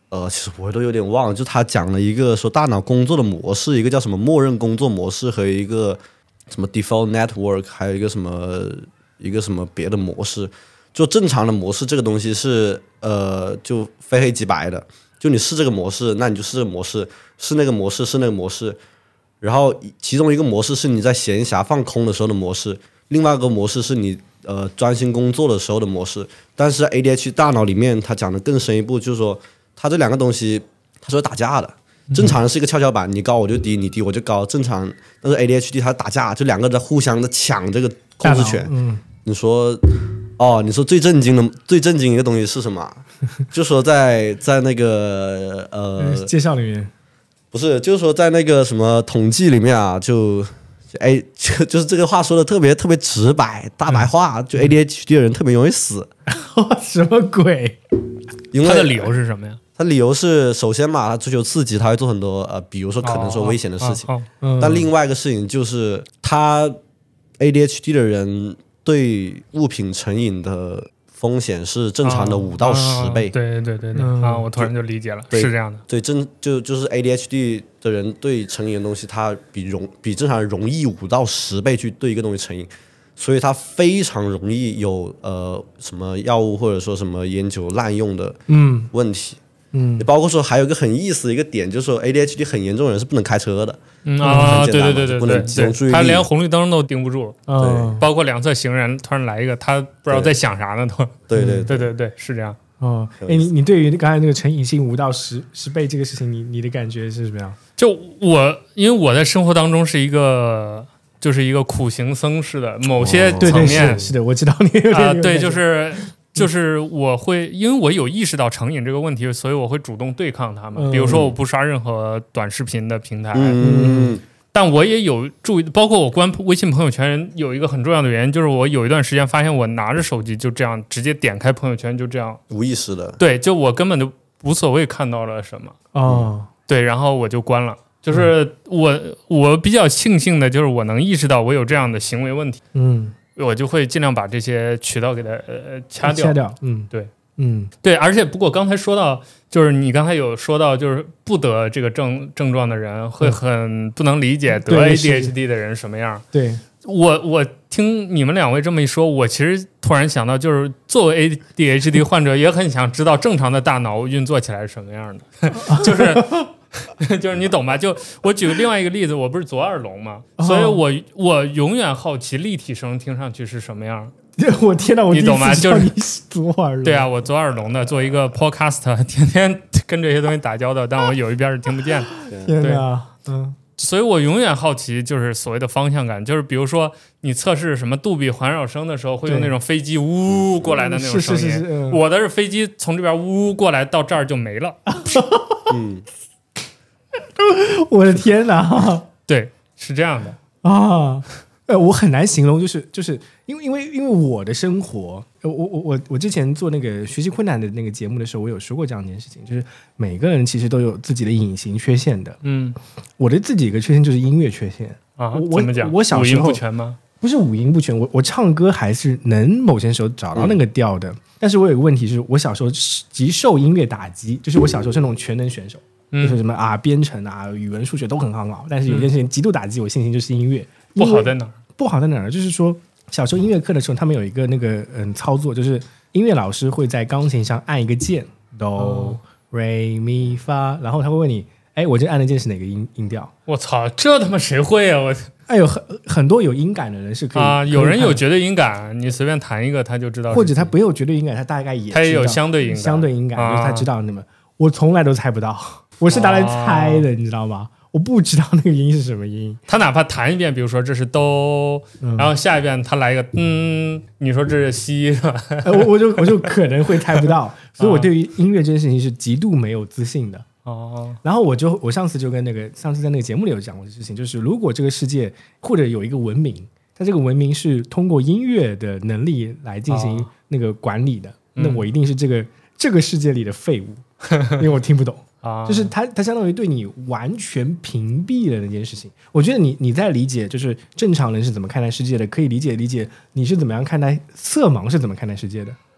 呃，其实我都有点忘了，就他讲了一个说大脑工作的模式，一个叫什么默认工作模式和一个什么 default network， 还有一个什么一个什么别的模式。就正常的模式这个东西是呃就非黑即白的，就你是这个模式，那你就是这个模式，是那个模式是那个模式。然后其中一个模式是你在闲暇放空的时候的模式，另外一个模式是你呃专心工作的时候的模式。但是 A D H D 大脑里面它讲的更深一步，就是说它这两个东西它是会打架的。正常人是一个跷跷板，你高我就低，你低我就高，正常。但是 A D H D 它打架，就两个在互相的抢这个控制权。 嗯， 你说哦，你说最震惊的最震惊一个东西是什么？就说在在那个呃介绍里面。 不是，就是说在那个什么统计里面啊，就哎，就就是这个话说的特别特别直白，大白话，就 A D H D 的人特别容易死。 什么鬼？ 因为他的理由是什么呀？ 他理由是，首先嘛，他追求刺激，他会做很多呃，比如说可能说危险的事情。 哦哦哦、 但另外一个事情就是，他 A D H D 的人对物品成瘾的风险是正常的五到十倍。 哦哦、对对对对、嗯、啊！我突然就理解了，是这样的。 对，正就就是 A D H D 的人对成瘾的东西，他比容比正常人容易五到十倍去对一个东西成瘾，所以他非常容易有呃什么药物或者说什么烟酒滥用的问题。 嗯， 包括说还有一个很意思的一个点，就是说 A D H D 很严重的人是不能开车的。 嗯啊，对对对对， 不能集中注意力， 他连红绿灯都盯不住。 对， 包括两侧行人突然来一个，他不知道在想啥呢，都。 对对对对对，是这样。 哦，哎，你你对于刚才那个成瘾性五到十十倍这个事情，你你的感觉是什么样？ 就我，因为我在生活当中是一个，就是一个苦行僧式的某些层面， 对对是是的，我知道你有啊，对，就是就是我会，因为我有意识到成瘾这个问题，所以我会主动对抗它们。 嗯、 比如说，我不刷任何短视频的平台。 嗯。 但我也有注意，包括我关微信朋友圈有一个很重要的原因，就是我有一段时间发现我拿着手机就这样直接点开朋友圈，就这样无意识的， 对，就我根本就无所谓看到了什么哦， 对，然后我就关了。就是我、嗯、我比较庆幸的就是我能意识到我有这样的行为问题， 嗯， 我就会尽量把这些渠道给它呃掐掉， 掐掉，嗯， 对。 嗯， 对，而且不过刚才说到，就是你刚才有说到，就是不得这个症症状的人会很不能理解得 A D H D 的人什么样。 对， 我我听你们两位这么一说，我其实突然想到，就是作为 A D H D 患者，也很想知道正常的大脑运作起来是什么样的，就是就是你懂吧？就我举个另外一个例子，我不是左耳聋嘛，所以我我永远好奇立体声听上去是什么样。 我天哪！我你懂吗？就是左耳聋。 对啊，我左耳聋的，做一个 podcast， 天天跟这些东西打交道，但我有一边是听不见的。 天哪！嗯， 所以我永远好奇，就是所谓的方向感，就是比如说你测试什么杜比环绕声的时候，会用那种飞机呜过来的那种声音。 是是是是、嗯。 我的是飞机从这边呜过来到这儿就没了。 嗯， 我的天哪！ 对，是这样的啊。呃，我很难形容，就是就是因为因为因为我的生活，我我我我之前做那个学习困难的那个节目的时候，我有说过这样一件事情，就是每个人其实都有自己的隐形缺陷的。 嗯， 我的自己一个缺陷就是音乐缺陷啊。 我怎么讲？ 我小时候五音不全吗？ 不是五音不全，我我唱歌还是能某些时候找到那个调的，嗯、但是我有个问题是我小时候极受音乐打击，就是我小时候是那种全能选手， 嗯、 就是什么啊编程啊语文数学都很很好，但是有件事情极度打击我信心，就是音乐。 不好在哪儿？ 不好在哪儿？就是说，小时候音乐课的时候，他们有一个那个嗯操作，就是音乐老师会在钢琴上按一个键，哆、瑞、咪、发，然后他会问你，哎，我这按的键是哪个音音调？ 我操，这他妈谁会啊？我哎呦，很很多有音感的人是可以啊，有人有绝对音感，你随便弹一个他就知道， 或者他没有绝对音感，他大概也他也有相对音感， 相对音感、 啊、 就是他知道那么，我从来都猜不到，我是拿来猜的，啊、你知道吗？我不知道那个音是什么音， 他哪怕弹一遍，比如说这是哆、嗯，然后下一遍他来一个嗯，你说这是西是吧？ 呃、我我就我就可能会猜不到，所以我对于音乐这件事情是极度没有自信的。 哦， 然后我就我上次就跟那个上次在那个节目里有讲过的事情，就是如果这个世界或者有一个文明，它这个文明是通过音乐的能力来进行那个管理的，哦、那我一定是这个、嗯、这个世界里的废物，因为我听不懂。就是它，它相当于对你完全屏蔽了那件事情。我觉得你你在理解，就是正常人是怎么看待世界的，可以理解理解你是怎么样看待色盲是怎么看待世界的。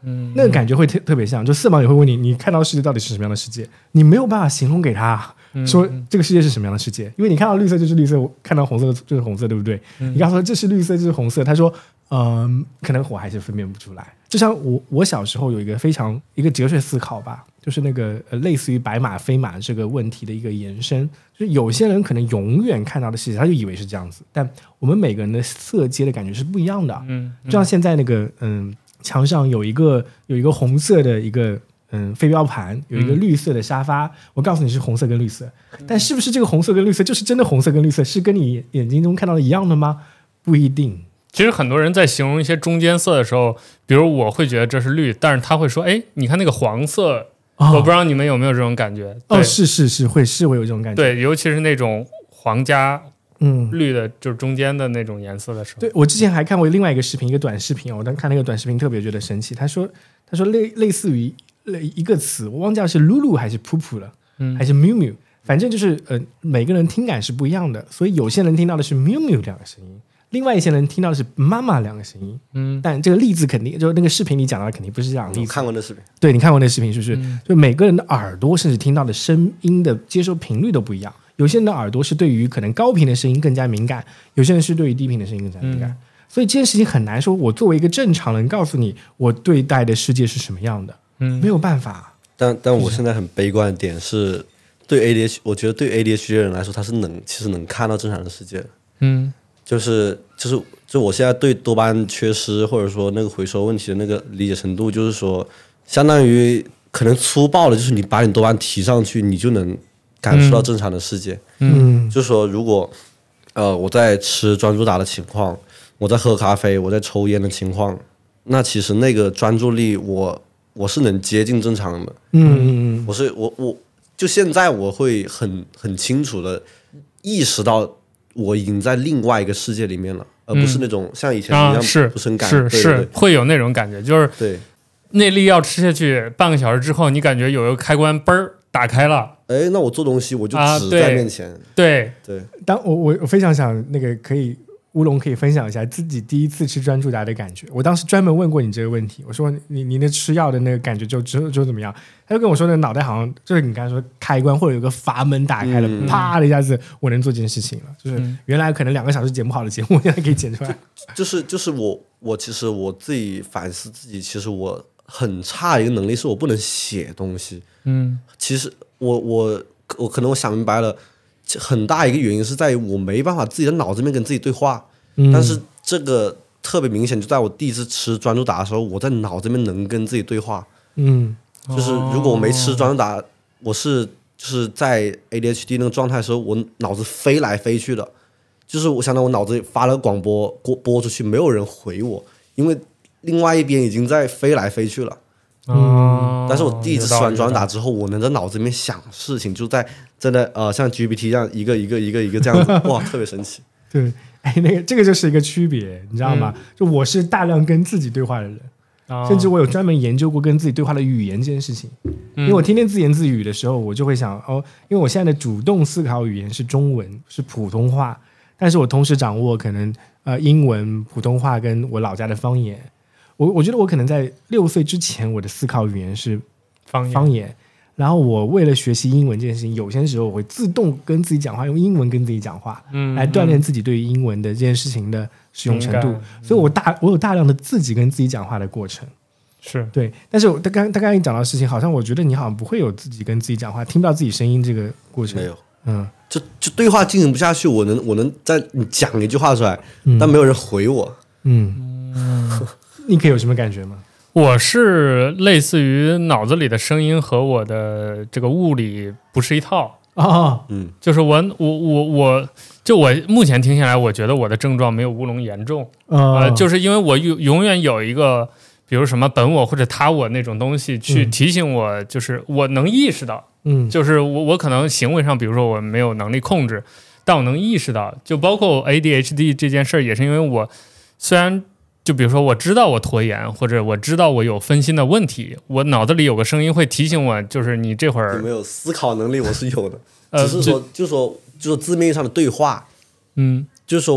嗯，那个感觉会特特别像，就色盲也会问你，你看到的世界到底是什么样的世界？你没有办法形容给他，说这个世界是什么样的世界，因为你看到绿色就是绿色，看到红色就是红色，对不对？嗯、你刚说这是绿色，这是红色，他说，嗯，可能我还是分辨不出来。就像我我小时候有一个非常一个哲学思考吧，就是那个、呃、类似于白马非马这个问题的一个延伸，就是有些人可能永远看到的世界，他就以为是这样子，但我们每个人的色阶的感觉是不一样的。嗯，嗯就像现在那个嗯。墙上有一个有一个红色的一个嗯飞镖盘，有一个绿色的沙发、嗯、我告诉你是红色跟绿色，但是不是这个红色跟绿色就是真的红色跟绿色，是跟你眼睛中看到的一样的吗？不一定。 其实很多人在形容一些中间色的时候，比如我会觉得这是绿，但是他会说哎，你看那个黄色、哦、我不知道你们有没有这种感觉。 哦，是是是会是会有这种感觉。 对，尤其是那种黄加嗯，绿的就是中间的那种颜色的时候。 对，我之前还看过另外一个视频，一个短视频，我当看那个短视频特别觉得神奇。他说，他说类类似于一个词，我忘记了是露露还是噗噗了，嗯，还是喵喵，反正就是呃，每个人听感是不一样的，所以有些人听到的是喵喵两个声音，另外一些人听到的是妈妈两个声音。嗯，但这个例子肯定就那个视频里讲到的肯定不是这样的例子。 我看过那视频， 对，你看过那视频是不是？嗯、就每个人的耳朵甚至听到的声音的接收频率都不一样。有些人的耳朵是对于可能高频的声音更加敏感，有些人是对于低频的声音更加敏感、嗯、所以这件事情很难说我作为一个正常人告诉你我对待的世界是什么样的、嗯、没有办法。 但但我现在很悲观的点是，对 A D H 我觉得对 A D H D 的人来说他是能其实能看到正常的世界的。嗯，就是就是就我现在对多巴胺缺失或者说那个回收问题的那个理解程度，就是说相当于可能粗暴的就是你把你多巴胺提上去，你就能感受到正常的世界。嗯，就是说如果呃我在吃专注达的情况，我在喝咖啡，我在抽烟的情况，那其实那个专注力我我是能接近正常的。嗯，我是我我就现在我会很很清楚的意识到我已经在另外一个世界里面了，而不是那种像以前一样、啊、是不是很感是是对对对会有那种感觉，就是对那粒药吃下去半个小时之后，你感觉有一个开关嘣儿打开了。 哎，那我做东西我就只在面前。 啊、对对, 对当我我我非常想那个可以乌龙可以分享一下自己第一次吃专注达的感觉。我当时专门问过你这个问题，我说你你那吃药的那个感觉就就就怎么样？他就跟我说，那脑袋好像就是你刚才说开关或者有个阀门打开了，嗯、啪的一下子我能做这件事情了。就是原来可能两个小时剪不好的节目，现在可以剪出来。 就是就是我我其实我自己反思自己，其实我很差一个能力是我不能写东西。嗯，其实我我我可能我想明白了，很大一个原因是在于我没办法自己的脑子里面跟自己对话。嗯，但是这个特别明显，就在我第一次吃专注达的时候，我在脑子里面能跟自己对话。嗯，就是如果我没吃专注达，我是就是在 A D H D 那个状态的时候，我脑子飞来飞去的，就是我想到我脑子里发了个广播播播出去，没有人回我，因为另外一边已经在飞来飞去了。嗯，但是我第一次吃完专注达之后，我能在脑子里面想事情，就在真的呃像 G P T 这样一个一个一个一个这样子，哇，特别神奇。 对，哎，那个这个就是一个区别，你知道吗？嗯、就我是大量跟自己对话的人，哦、甚至我有专门研究过跟自己对话的语言这件事情。嗯、因为我天天自言自语的时候，我就会想哦，因为我现在的主动思考语言是中文，是普通话，但是我同时掌握可能呃英文、普通话跟我老家的方言。我我觉得我可能在六岁之前，我的思考语言是方言，方言然后我为了学习英文这件事情，有些时候我会自动跟自己讲话，用英文跟自己讲话，嗯，来锻炼自己对于英文的这件事情的使用程度。所以我大我有大量的自己跟自己讲话的过程， 是对。但是他刚他刚才讲到的事情，好像我觉得你好像不会有自己跟自己讲话，听不到自己声音这个过程。 没有，嗯，就就对话进行不下去，我能我能在你讲一句话出来，嗯、但没有人回我， 嗯。嗯你可以有什么感觉吗？ 我是类似于脑子里的声音和我的这个物理不是一套啊， 嗯，就是我我我我就我目前听下来，我觉得我的症状没有乌龙严重， 啊、 呃，就是因为我永永远有一个，比如什么本我或者他我那种东西去提醒我，嗯、就是我能意识到，嗯，就是我我可能行为上，比如说我没有能力控制，但我能意识到，就包括 A D H D 这件事儿，也是因为我虽然。就比如说我知道我拖延，或者我知道我有分心的问题，我脑子里有个声音会提醒我，就是你这会儿有没有思考能力，我是有的，呃、只是说就是说就是字面上的对话， 嗯， 就是说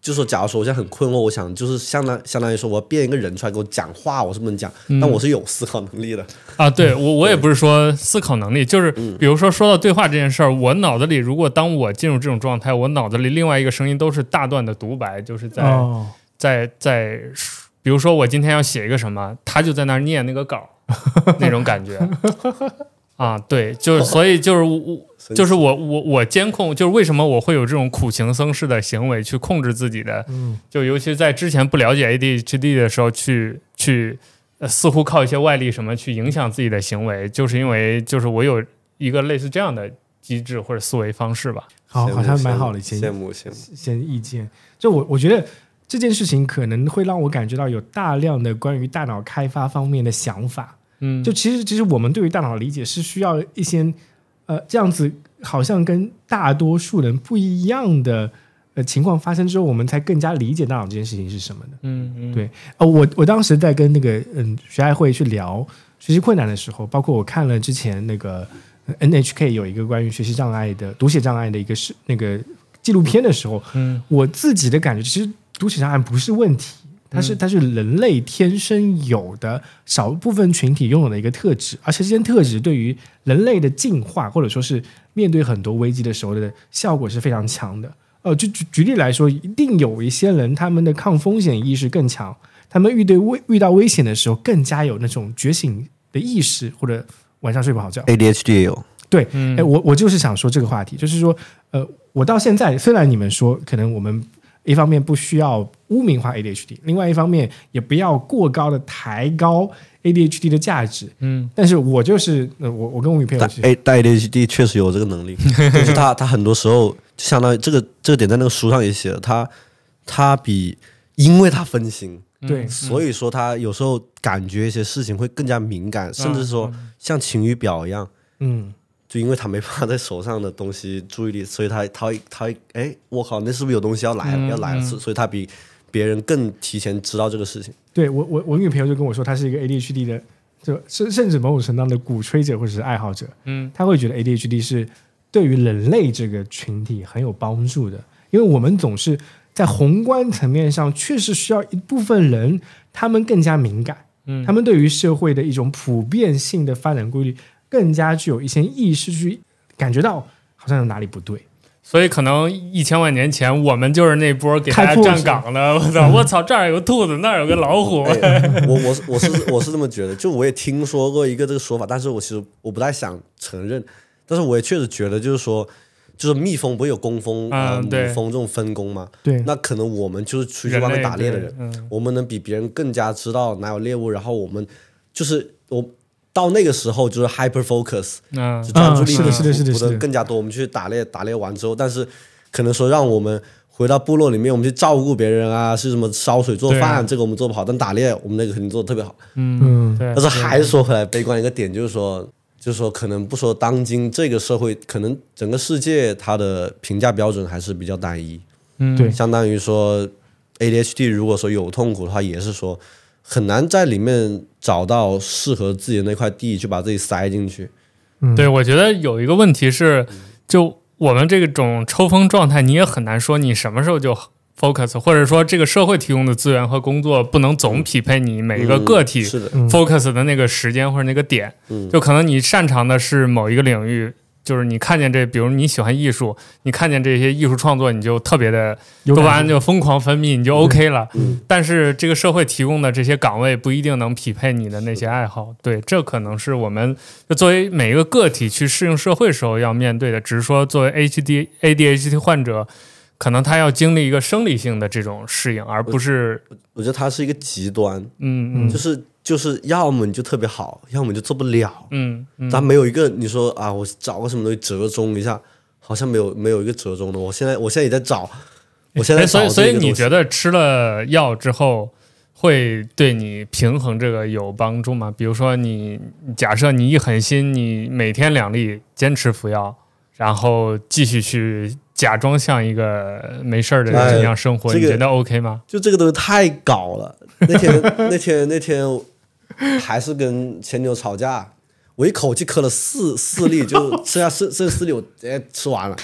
就是说假如说我现在很困惑，我想就是相当相当于说我要变一个人出来给我讲话，我是不能讲、嗯、但我是有思考能力的啊。对，我我也不是说思考能力，就是比如说说到对话这件事儿、嗯、我脑子里如果当我进入这种状态，我脑子里另外一个声音都是大段的独白，就是在、哦、在在比如说我今天要写一个什么，他就在那儿念那个稿那种感觉啊。对，就是所以就是我就是我我我监控，就是为什么我会有这种苦行僧式的行为去控制自己的，嗯，就尤其在之前不了解 A D H D 的时候，去去、呃、似乎靠一些外力什么去影响自己的行为，就是因为就是我有一个类似这样的机制或者思维方式吧。 好，好像蛮好的， 羡慕羡慕先意见。就我我觉得这件事情可能会让我感觉到有大量的关于大脑开发方面的想法。嗯，就其实其实我们对于大脑的理解是需要一些呃这样子好像跟大多数人不一样的呃情况发生之后，我们才更加理解大脑这件事情是什么的。嗯嗯，对。呃，我我当时在跟那个嗯学爱会去聊学习困难的时候，包括我看了之前那个 N H K 有一个关于学习障碍的读写障碍的一个是那个纪录片的时候，嗯，我自己的感觉其实读写障碍不是问题。它是它是人类天生有的少部分群体拥有的一个特质，而且这些特质对于人类的进化或者说是面对很多危机的时候的效果是非常强的。呃，就举举例来说，一定有一些人他们的抗风险意识更强，他们遇对危遇到危险的时候更加有那种觉醒的意识，或者晚上睡不好觉。 A D H D 也有。 对，嗯、我我就是想说这个话题，就是说，呃，我到现在虽然你们说可能我们一方面不需要污名化 A D H D， 另外一方面也不要过高的抬高 A D H D 的价值。嗯，但是我就是、呃、我我跟我女朋友但 A, 但 A D H D 确实有这个能力，就是他他很多时候就相当于这个这个点在那个书上也写了，他他比因为他分心， 对， 所以说他有时候感觉一些事情会更加敏感，嗯、甚至说像晴雨表一样，嗯。就因为他没办法在手上的东西注意力，所以他他会他会哎，我靠，那是不是有东西要来了、嗯、要来了、嗯？所以他比别人更提前知道这个事情。 对，我我我女朋友就跟我说，她是一个 A D H D 的，就甚至某种程度的鼓吹者或者是爱好者。嗯，她会觉得 A D H D 是对于人类这个群体很有帮助的，因为我们总是在宏观层面上确实需要一部分人，他们更加敏感，嗯，他们对于社会的一种普遍性的发展规律。更加具有一些意识去感觉到好像有哪里不对， 所以可能一千万年前我们就是那波给大家站岗的。我操！我操！这儿有个兔子，那儿有个老虎。 哎、我我我是我是这么觉得，就我也听说过一个这个说法，但是我其实我不太想承认，但是我也确实觉得，就是说，就是蜜蜂不是有工蜂、嗯、呃母蜂这种分工吗？ 对， 那可能我们就是出去外面打猎的人，人我们能比别人更加知道哪有猎物，然后我们就是我。到那个时候就是 hyper focus，、嗯、就专注力补的更加多。我们去打猎，打猎完之后，但是可能说让我们回到部落里面，我们去照顾别人啊，是什么烧水做饭、啊，这个我们做不好。但打猎，我们那个肯定做的特别好。嗯，但是还是说回来，悲观一个点就是说，就是说可能不说当今这个社会，可能整个世界它的评价标准还是比较单一。 嗯，对， 相当于说 A D H D 如果说有痛苦的话，也是说。很难在里面找到适合自己的那块地，去把自己塞进去。 嗯、对，我觉得有一个问题是，就我们这种抽风状态，你也很难说你什么时候就 focus， 或者说这个社会提供的资源和工作不能总匹配你每一个个体 focus 的那个时间或者那个点。嗯、就可能你擅长的是某一个领域。就是你看见这，比如你喜欢艺术，你看见这些艺术创作，你就特别的多巴胺就疯狂分泌，你就 OK 了。嗯、但是这个社会提供的这些岗位不一定能匹配你的那些爱好。对，这可能是我们就作为每一个个体去适应社会时候要面对的。只是说，作为 A D H D 患者，可能他要经历一个生理性的这种适应，而不是我, 我觉得它是一个极端。嗯嗯，就是。就是要么你就特别好，要么你就做不了。嗯，嗯但没有一个你说啊，我找个什么东西折中一下，好像没有没有一个折中的。我现在我现在也在找，我现在找、 哎、所以所以你觉得吃了药之后会对你平衡这个有帮助吗？比如说你假设你一狠心，你每天两粒坚持服药，然后继续去假装像一个没事的人一样生活，哎这个、你觉得 OK 吗？ 就这个东西太搞了。那天那天那天。还是跟前女友吵架，我一口气磕了四四粒，就吃下四这四粒我直接吃完了。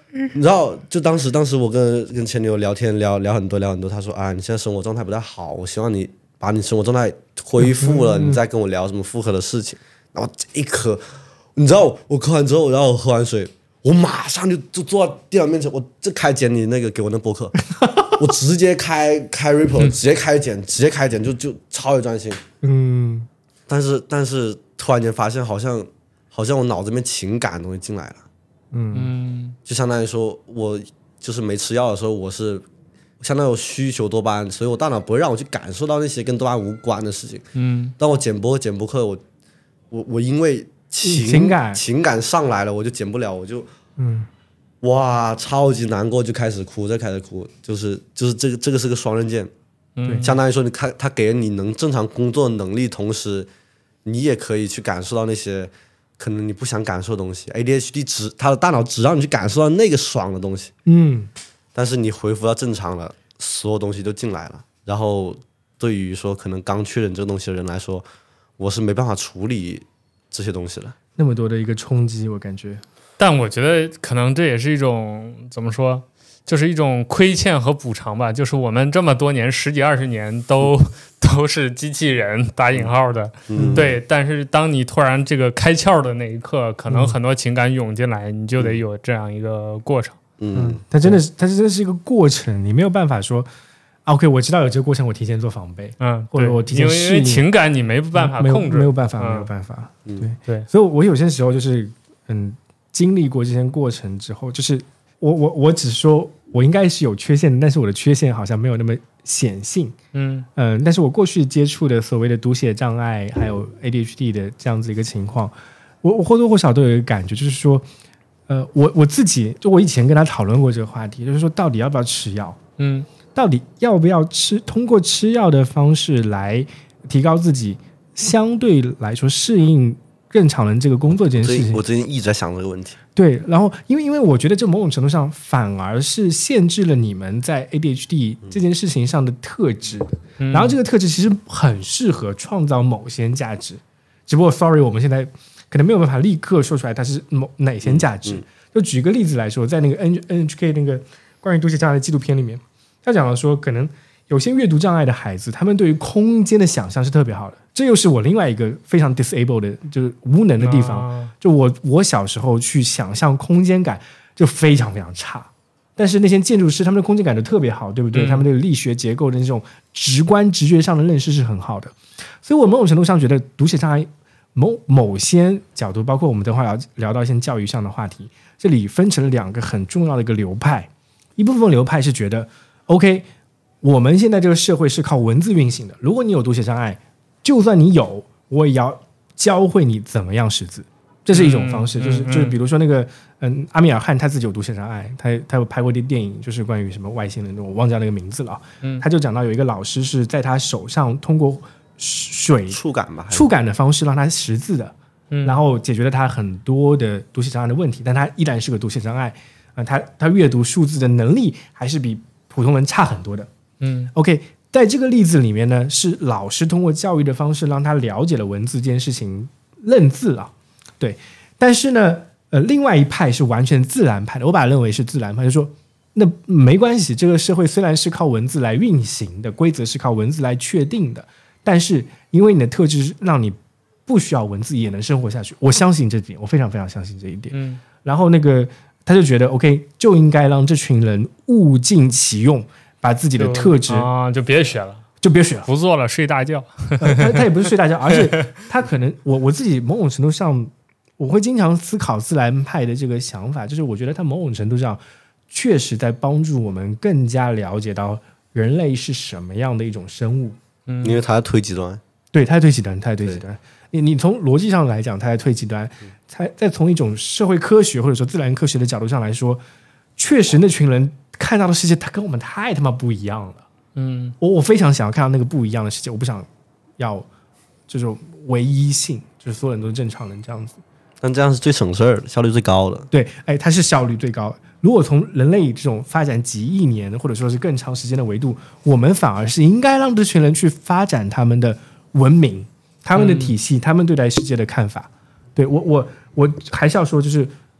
你知道，就当时当时我跟跟前女友聊天聊聊很多聊很多，她说啊，你现在生活状态不太好，我希望你把你生活状态恢复了，你再跟我聊什么复合的事情。然后这一刻，你知道我喝完之后，然后我喝完水，我马上就就坐在电脑面前，我就开剪你那个给我那播客，我直接开开 Ripple， 直接开剪，直接开剪，就就超有专心。 嗯， 但是但是突然间发现，好像好像我脑子里面情感的东西进来了。 嗯， 就相当于说我就是没吃药的时候，我是相当于有需求多巴胺，所以我大脑不会让我去感受到那些跟多巴胺无关的事情。 嗯， 当我剪播剪播客，我我我因为情情感情感上来了，我就剪不了，我就嗯， 哇超级难过，就开始哭，再开始哭，就是就是这个这个是个双刃剑。 嗯， 相当于说你看他给了你能正常工作的能力，同时你也可以去感受到那些可能你不想感受的东西。 A D H D 只他的大脑只让你去感受到那个爽的东西， 嗯， 但是你恢复到正常了，所有东西都进来了。然后对于说可能刚确诊这个东西的人来说，我是没办法处理这些东西了。 那么多的一个冲击，我感觉。 但我觉得可能这也是一种怎么说，就是一种亏欠和补偿吧。就是我们这么多年十几二十年都、嗯、都是机器人打引号的、嗯、对，但是当你突然这个开窍的那一刻，可能很多情感涌进来、嗯、你就得有这样一个过程。 嗯，它真的是它真的是一个过程，你没有办法说OK， 我知道有这个过程，我提前做防备，嗯，或者我提前适应， 因为情感你没办法控制， 没有办法，没有办法， 嗯、 对对， 所以我有些时候就是嗯，经历过这些过程之后，就是我我我只说我应该是有缺陷的，但是我的缺陷好像没有那么显性，嗯嗯、呃，但是我过去接触的所谓的读写障碍还有 A D H D 的这样子一个情况，我我或多或少都有一个感觉，就是说，呃，我我自己就我以前跟他讨论过这个话题，就是说到底要不要吃药，嗯。到底要不要吃？通过吃药的方式来提高自己相对来说适应正常人这个工作这件事情。 我最近一直在想这个问题。 对，然后因为因为我觉得这某种程度上反而是限制了你们在 A D H D 这件事情上的特质，嗯、然后这个特质其实很适合创造某些价值，只不过 sorry 我们现在可能没有办法立刻说出来它是某哪些价值。嗯嗯、就举个例子来说，在那个 N H K 那个关于读写障碍的纪录片里面。他讲了说，可能有些阅读障碍的孩子，他们对于空间的想象是特别好的。这又是我另外一个非常 disabled 的，就是无能的地方。啊、就我我小时候去想象空间感就非常非常差，但是那些建筑师他们的空间感都特别好，对不对？嗯、他们对力学结构的那种直观直觉上的认识是很好的。所以我某种程度上觉得读写障碍某某些角度，包括我们等会儿要聊到一些教育上的话题，这里分成了两个很重要的一个流派。一部分流派是觉得OK， 我们现在这个社会是靠文字运行的。如果你有读写障碍，就算你有，我也要教会你怎么样识字，这是一种方式。嗯、就是就是比如说那个嗯，阿米尔汗他自己有读写障碍，他他有拍过一电影，就是关于什么外星人的，我忘记那个名字了。嗯，他就讲到有一个老师是在他手上通过水触感吧， 触感的方式让他识字的，嗯、然后解决了他很多的读写障碍的问题，但他依然是个读写障碍。呃、他他阅读数字的能力还是比普通人差很多的。嗯 ，OK， 在这个例子里面呢，是老师通过教育的方式让他了解了文字这件事情，认字了。对，但是呢，呃，另外一派是完全自然派的，我把它认为是自然派，就是说那没关系，这个社会虽然是靠文字来运行的，规则是靠文字来确定的，但是因为你的特质让你不需要文字也能生活下去，我相信这点，我非常非常相信这一点。嗯，然后那个。他就觉得 OK， 就应该让这群人物尽其用，把自己的特质就啊，就别学了， 就别学了， 不做了，睡大觉。 呃、他他也不是睡大觉，而且他可能我我自己某种程度上，我会经常思考自然派的这个想法，就是我觉得他某种程度上确实在帮助我们更加了解到人类是什么样的一种生物。 嗯，因为他在推极端， 对，他在推极端，他在推极端。你你从逻辑上来讲，他在推极端，才再从一种社会科学或者说自然科学的角度上来说，确实那群人看到的世界，他跟我们太他妈不一样了。嗯，我我非常想要看到那个不一样的世界，我不想要这种唯一性，就是所有人都是正常人这样子。 但这样是最省事儿的，效率最高的。 对，哎，它是效率最高的。如果从人类这种发展几亿年或者说是更长时间的维度，我们反而是应该让这群人去发展他们的文明。他们的体系、嗯、他们对待世界的看法。对，我我我还是要说，就是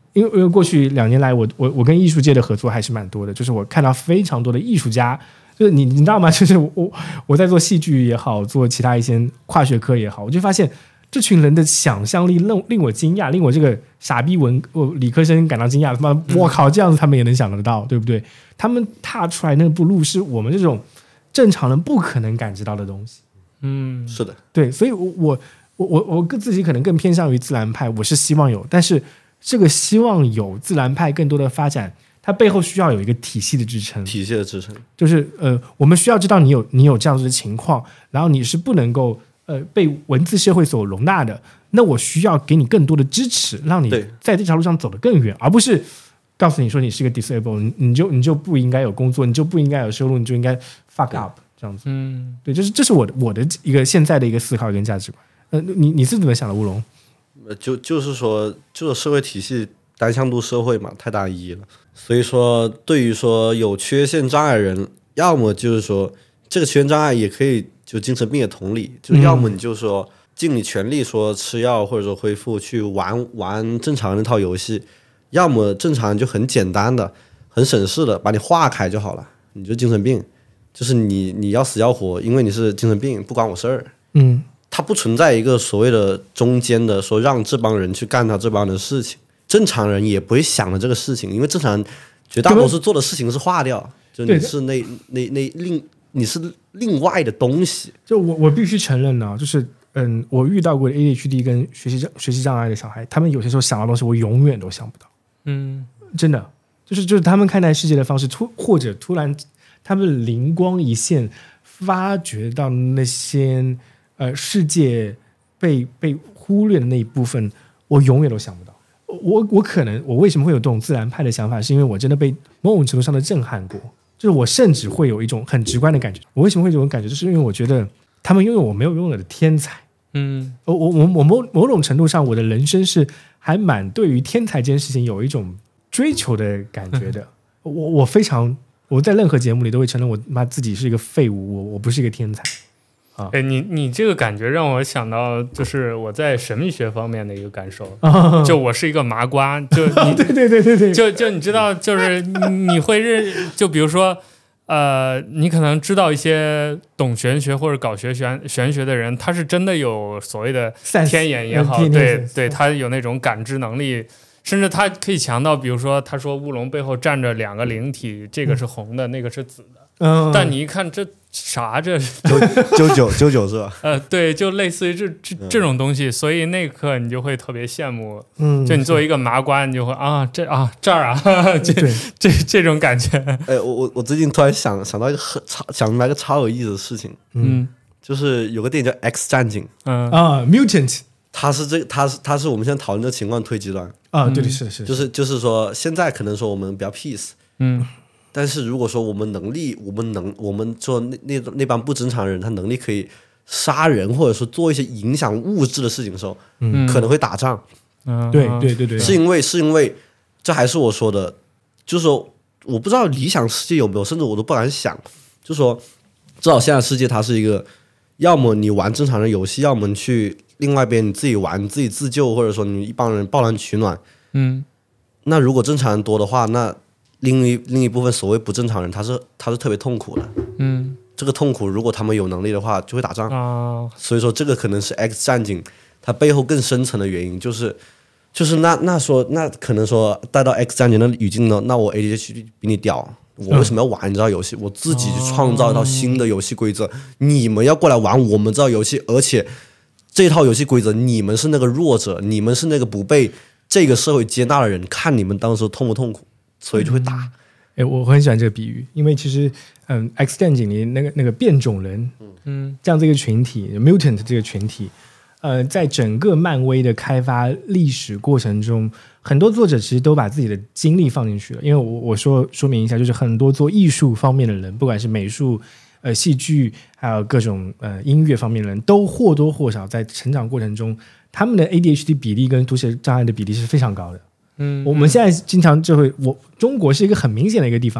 因为因为过去两年来我，我我跟艺术界的合作还是蛮多的，就是我看到非常多的艺术家，就是你你知道吗？就是我我在做戏剧也好，做其他一些跨学科也好，我就发现这群人的想象力令令我惊讶，令我这个傻逼文我理科生感到惊讶。他妈，我靠，这样子他们也能想得到，对不对？他们踏出来那步路是我们这种正常人不可能感知到的东西。 嗯， 是的， 对，所以我我我我我自己可能更偏向于自然派，我是希望有，但是这个希望有自然派更多的发展，它背后需要有一个体系的支撑， 体系的支撑， 就是呃，我们需要知道你有你有这样子的情况，然后你是不能够呃被文字社会所容纳的，那我需要给你更多的支持，让你在这条路上走得更远，而不是告诉你说你是个 disable， 你, 你就你就不应该有工作，你就不应该有收入，你就应该 fuck up 这样子。 嗯， 对，就是这是我的我的一个现在的一个思考跟价值观。呃，你你是怎么想的，乌龙？ 就就是说，就是社会体系单向度社会嘛，太单一了。所以说，对于说有缺陷障碍人，要么就是说这个缺陷障碍也可以就精神病的同理，就要么你就说尽你全力说吃药或者说恢复去玩玩正常那套游戏，要么正常就很简单的、很省事的把你化开就好了，你就精神病，就是你你要死要活，因为你是精神病，不关我事儿。 嗯。 它不存在一个所谓的中间的说让这帮人去干他这帮人的事情，正常人也不会想着这个事情，因为正常人绝大多数做的事情是化掉，就你是那那那另你是另外的东西。 就我我必须承认呢，就是嗯，我遇到过 A D H D 跟学习学习障碍的小孩，他们有些时候想的东西我永远都想不到。 嗯， 真的就是就是他们看待世界的方式，突或者突然他们灵光一现，发觉到那些。呃，世界被被忽略的那一部分，我永远都想不到。我我可能我为什么会有这种自然派的想法，是因为我真的被某种程度上的震撼过，就是我甚至会有一种很直观的感觉。我为什么会有这种感觉，就是因为我觉得他们拥有我没有拥有的天才。 嗯， 我我我我某某种程度上，我的人生是还蛮对于天才这件事情有一种追求的感觉的。我我非常我在任何节目里都会承认我妈自己是一个废物，我我不是一个天才。 哎，你你这个感觉让我想到，就是我在神秘学方面的一个感受， 哦、 就我是一个麻瓜，就你对对对对对， 就就你知道，就是你会认，就比如说，呃，你可能知道一些懂玄学或者搞学玄玄学的人，他是真的有所谓的天眼也好，对对，他有那种感知能力。甚至他可以强到，比如说，他说乌龙背后站着两个灵体，这个是红的，嗯、那个是紫的。嗯，但你一看这啥这九九九九九是吧？ 呃，对，就类似于这这这种东西，所以那一刻你就会特别羡慕。 嗯， 就你作为一个麻瓜，你就会啊，这啊这儿啊，这这这种感觉。 哎，我我我最近突然想想到一个很超想明白一个超有意思的事情， 嗯， 就是有个电影叫《X 战警》， 嗯啊 ，Mutant。 它是这，它是它是我们现在讨论的情况推极端啊，对对是是， 就是就是说，现在可能说我们比较 peace， 嗯， 但是如果说我们能力，我们能，我们说那那那帮不正常人，他能力可以杀人，或者说做一些影响物质的事情的时候，嗯，可能会打仗， 嗯， 对对对对， 是因为是因为这还是我说的，就是说我不知道理想世界有没有，甚至我都不敢想，就是说至少现在世界它是一个，要么你玩正常的游戏，要么你去。另外一边你自己玩，你自己自救，或者说你一帮人抱团取暖， 嗯， 那如果正常人多的话，那另一另一部分所谓不正常人，他是他是特别痛苦的， 嗯， 这个痛苦如果他们有能力的话，就会打仗啊， 所以说这个可能是 X 战警它背后更深层的原因，就是就是那那说那可能说带到 X 战警的语境呢，那我 A D H D 比你屌。我为什么要玩你这套游戏？我自己去创造一套新的游戏规则，你们要过来玩我们这套游戏，而且。这套游戏规则，你们是那个弱者，你们是那个不被这个社会接纳的人，看你们当时痛不痛苦，所以就会打。 哎、嗯，我很喜欢这个比喻，因为其实，嗯 ，X 战警里那个那个变种人，嗯，这样这个群体 ，mutant 这个群体，呃，在整个漫威的开发历史过程中，很多作者其实都把自己的精力放进去了。因为我我说说明一下，就是很多做艺术方面的人，不管是美术。呃，戏剧还有各种呃音乐方面的人都或多或少在成长过程中，他们的 A D H D 比例跟读写障碍的比例是非常高的。 嗯， 我们现在经常就会，我中国是一个很明显的一个地方，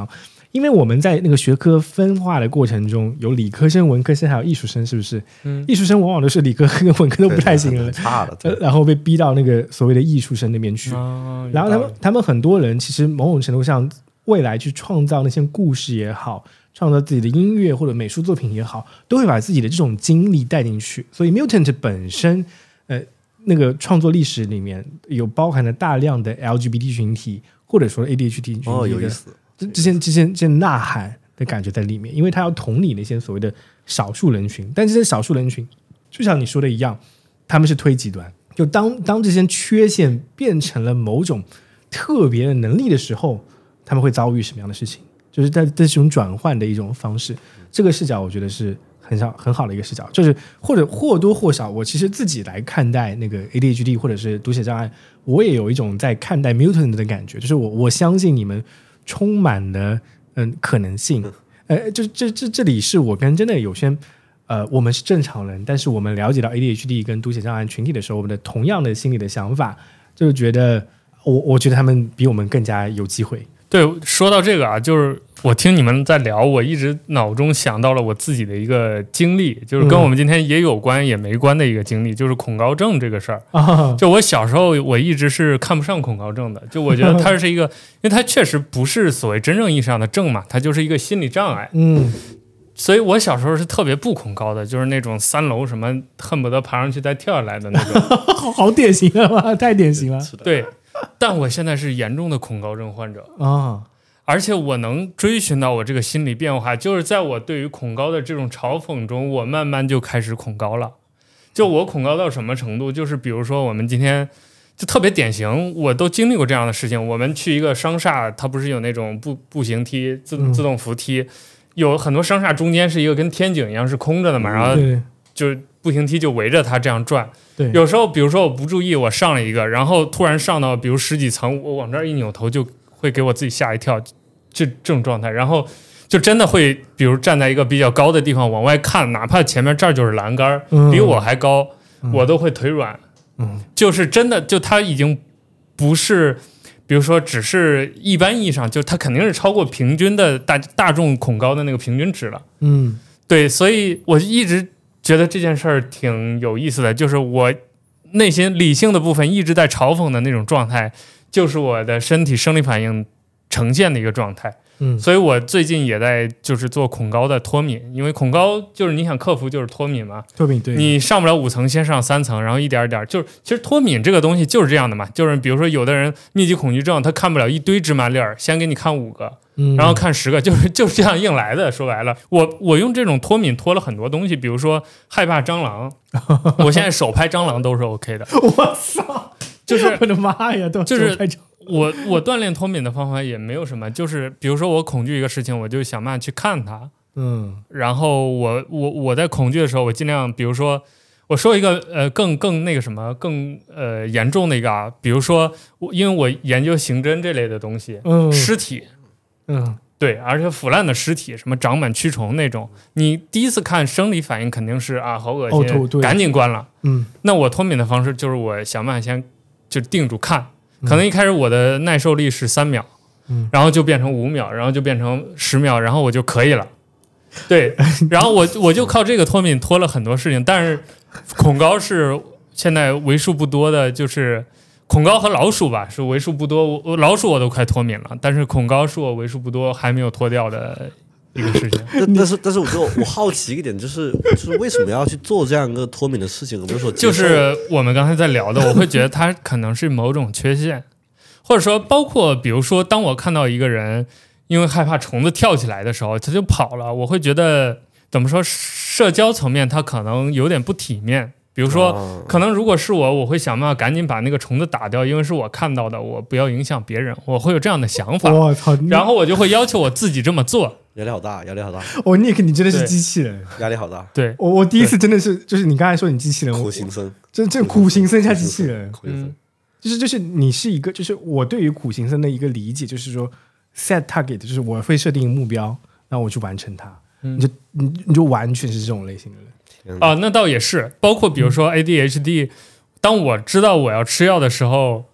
因为我们在那个学科分化的过程中，有理科生、文科生，还有艺术生，是不是？嗯，艺术生往往都是理科跟文科都不太行了， 差了、呃， 然后被逼到那个所谓的艺术生那边去。哦、然后他们他们很多人其实某种程度上，未来去创造那些故事也好，创造自己的音乐或者美术作品也好，都会把自己的这种经历带进去。所以 Mutant 本身，呃，那个创作历史里面有包含了大量的 L G B T 群体，或者说 A D H D 群体的。 哦，有意思。 这些这些这些呐喊的感觉在里面，因为他要同理那些所谓的少数人群，但这些少数人群就像你说的一样，他们是推极端。就当当这些缺陷变成了某种特别的能力的时候，他们会遭遇什么样的事情？就是在这种转换的一种方式。这个视角我觉得是很好很好的一个视角，就是或者或多或少，我其实自己来看待那个 A D H D 或者是读写障碍，我也有一种在看待 Mutant 的感觉，就是我我相信你们充满了嗯可能性，呃，就这这这里是我跟真的有些呃，我们是正常人，但是我们了解到 A D H D 跟读写障碍群体的时候，我们的同样的心理的想法，就是觉得我我觉得他们比我们更加有机会。 对，说到这个啊，就是我听你们在聊，我一直脑中想到了我自己的一个经历，就是跟我们今天也有关也没关的一个经历，就是恐高症这个事儿。 啊、 就我小时候，我一直是看不上恐高症的，就我觉得它是一个，因为它确实不是所谓真正意义上的症嘛，它就是一个心理障碍。 嗯， 所以我小时候是特别不恐高的，就是那种三楼什么恨不得爬上去再跳下来的那种。 好, 好典型了吧，太典型了。 对。但我现在是严重的恐高症患者啊、哦， 而且我能追寻到我这个心理变化，就是在我对于恐高的这种嘲讽中，我慢慢就开始恐高了。就我恐高到什么程度，就是比如说我们今天就特别典型，我都经历过这样的事情。我们去一个商厦，它不是有那种步步行梯、自自动扶梯，嗯、有很多商厦中间是一个跟天井一样是空着的嘛，然后就步行梯就围着它这样转。 对， 有时候比如说我不注意，我上了一个，然后突然上到比如十几层，我往这儿一扭头就会给我自己吓一跳，这这种状态，然后就真的会比如站在一个比较高的地方往外看，哪怕前面这儿就是栏杆，嗯、比我还高，嗯、我都会腿软， 嗯， 就是真的就它已经不是比如说只是一般意义上，就它肯定是超过平均的大大众恐高的那个平均值了， 嗯， 对，所以我一直觉得这件事儿挺有意思的，就是我内心理性的部分一直在嘲讽的那种状态，就是我的身体生理反应呈现的一个状态。 嗯， 所以我最近也在就是做恐高的脱敏，因为恐高就是你想克服就是脱敏嘛， 脱敏对， 你上不了五层先上三层，然后一点一点，就是其实脱敏这个东西就是这样的嘛，就是比如说有的人密集恐惧症，他看不了一堆芝麻粒儿，先给你看五个。然后看十个，就是就是这样硬来的。说白了，我我用这种脱敏脱了很多东西，比如说害怕蟑螂，我现在手拍蟑螂都是 OK 的。 我操！ 就是我的妈呀，都就是我我锻炼脱敏的方法也没有什么，就是比如说我恐惧一个事情，我就想办法去看它， 嗯， 然后我我我在恐惧的时候，我尽量，比如说我说一个呃更更那个什么更呃严重的一个啊，比如说我因为我研究刑侦这类的东西， 嗯， 尸体。 嗯， 对，而且腐烂的尸体，什么长满蛆虫那种，你第一次看生理反应肯定是啊，好恶心， 哦、 赶紧关了。 嗯， 那我脱敏的方式就是我想办法先就定住看，可能一开始我的耐受力是三秒， 嗯， 然后就变成五秒，然后就变成十秒，然后我就可以了。对，然后我我就靠这个脱敏脱了很多事情，但是恐高是现在为数不多的，就是。恐高和老鼠吧是为数不多，我我老鼠我都快脱敏了，但是恐高是我为数不多还没有脱掉的一个事情。 但是但是我就我好奇一点，就是就是为什么要去做这样一个脱敏的事情？比如说， 就是我们刚才在聊的，我会觉得它可能是某种缺陷，或者说包括比如说，当我看到一个人因为害怕虫子跳起来的时候，他就跑了，我会觉得怎么说，社交层面他可能有点不体面。比如说，可能如果是我，我会想办法赶紧把那个虫子打掉，因为是我看到的，我不要影响别人，我会有这样的想法。 我操！ 然后我就会要求我自己这么做。 压力好大，压力好大。 哦 ，Nick， 你真的是机器人， 压力好大。 对， 我我第一次真的是，就是你刚才说你机器人， 苦行僧， 这这苦行僧加机器人， 嗯， 就是就是你是一个，就是我对于苦行僧的一个理解，就是说 set target， 就是我会设定目标，然后我去完成它， 嗯、 你就你你就完全是这种类型的人。 啊，那倒也是，包括比如说 A D H D，、嗯、当我知道我要吃药的时候，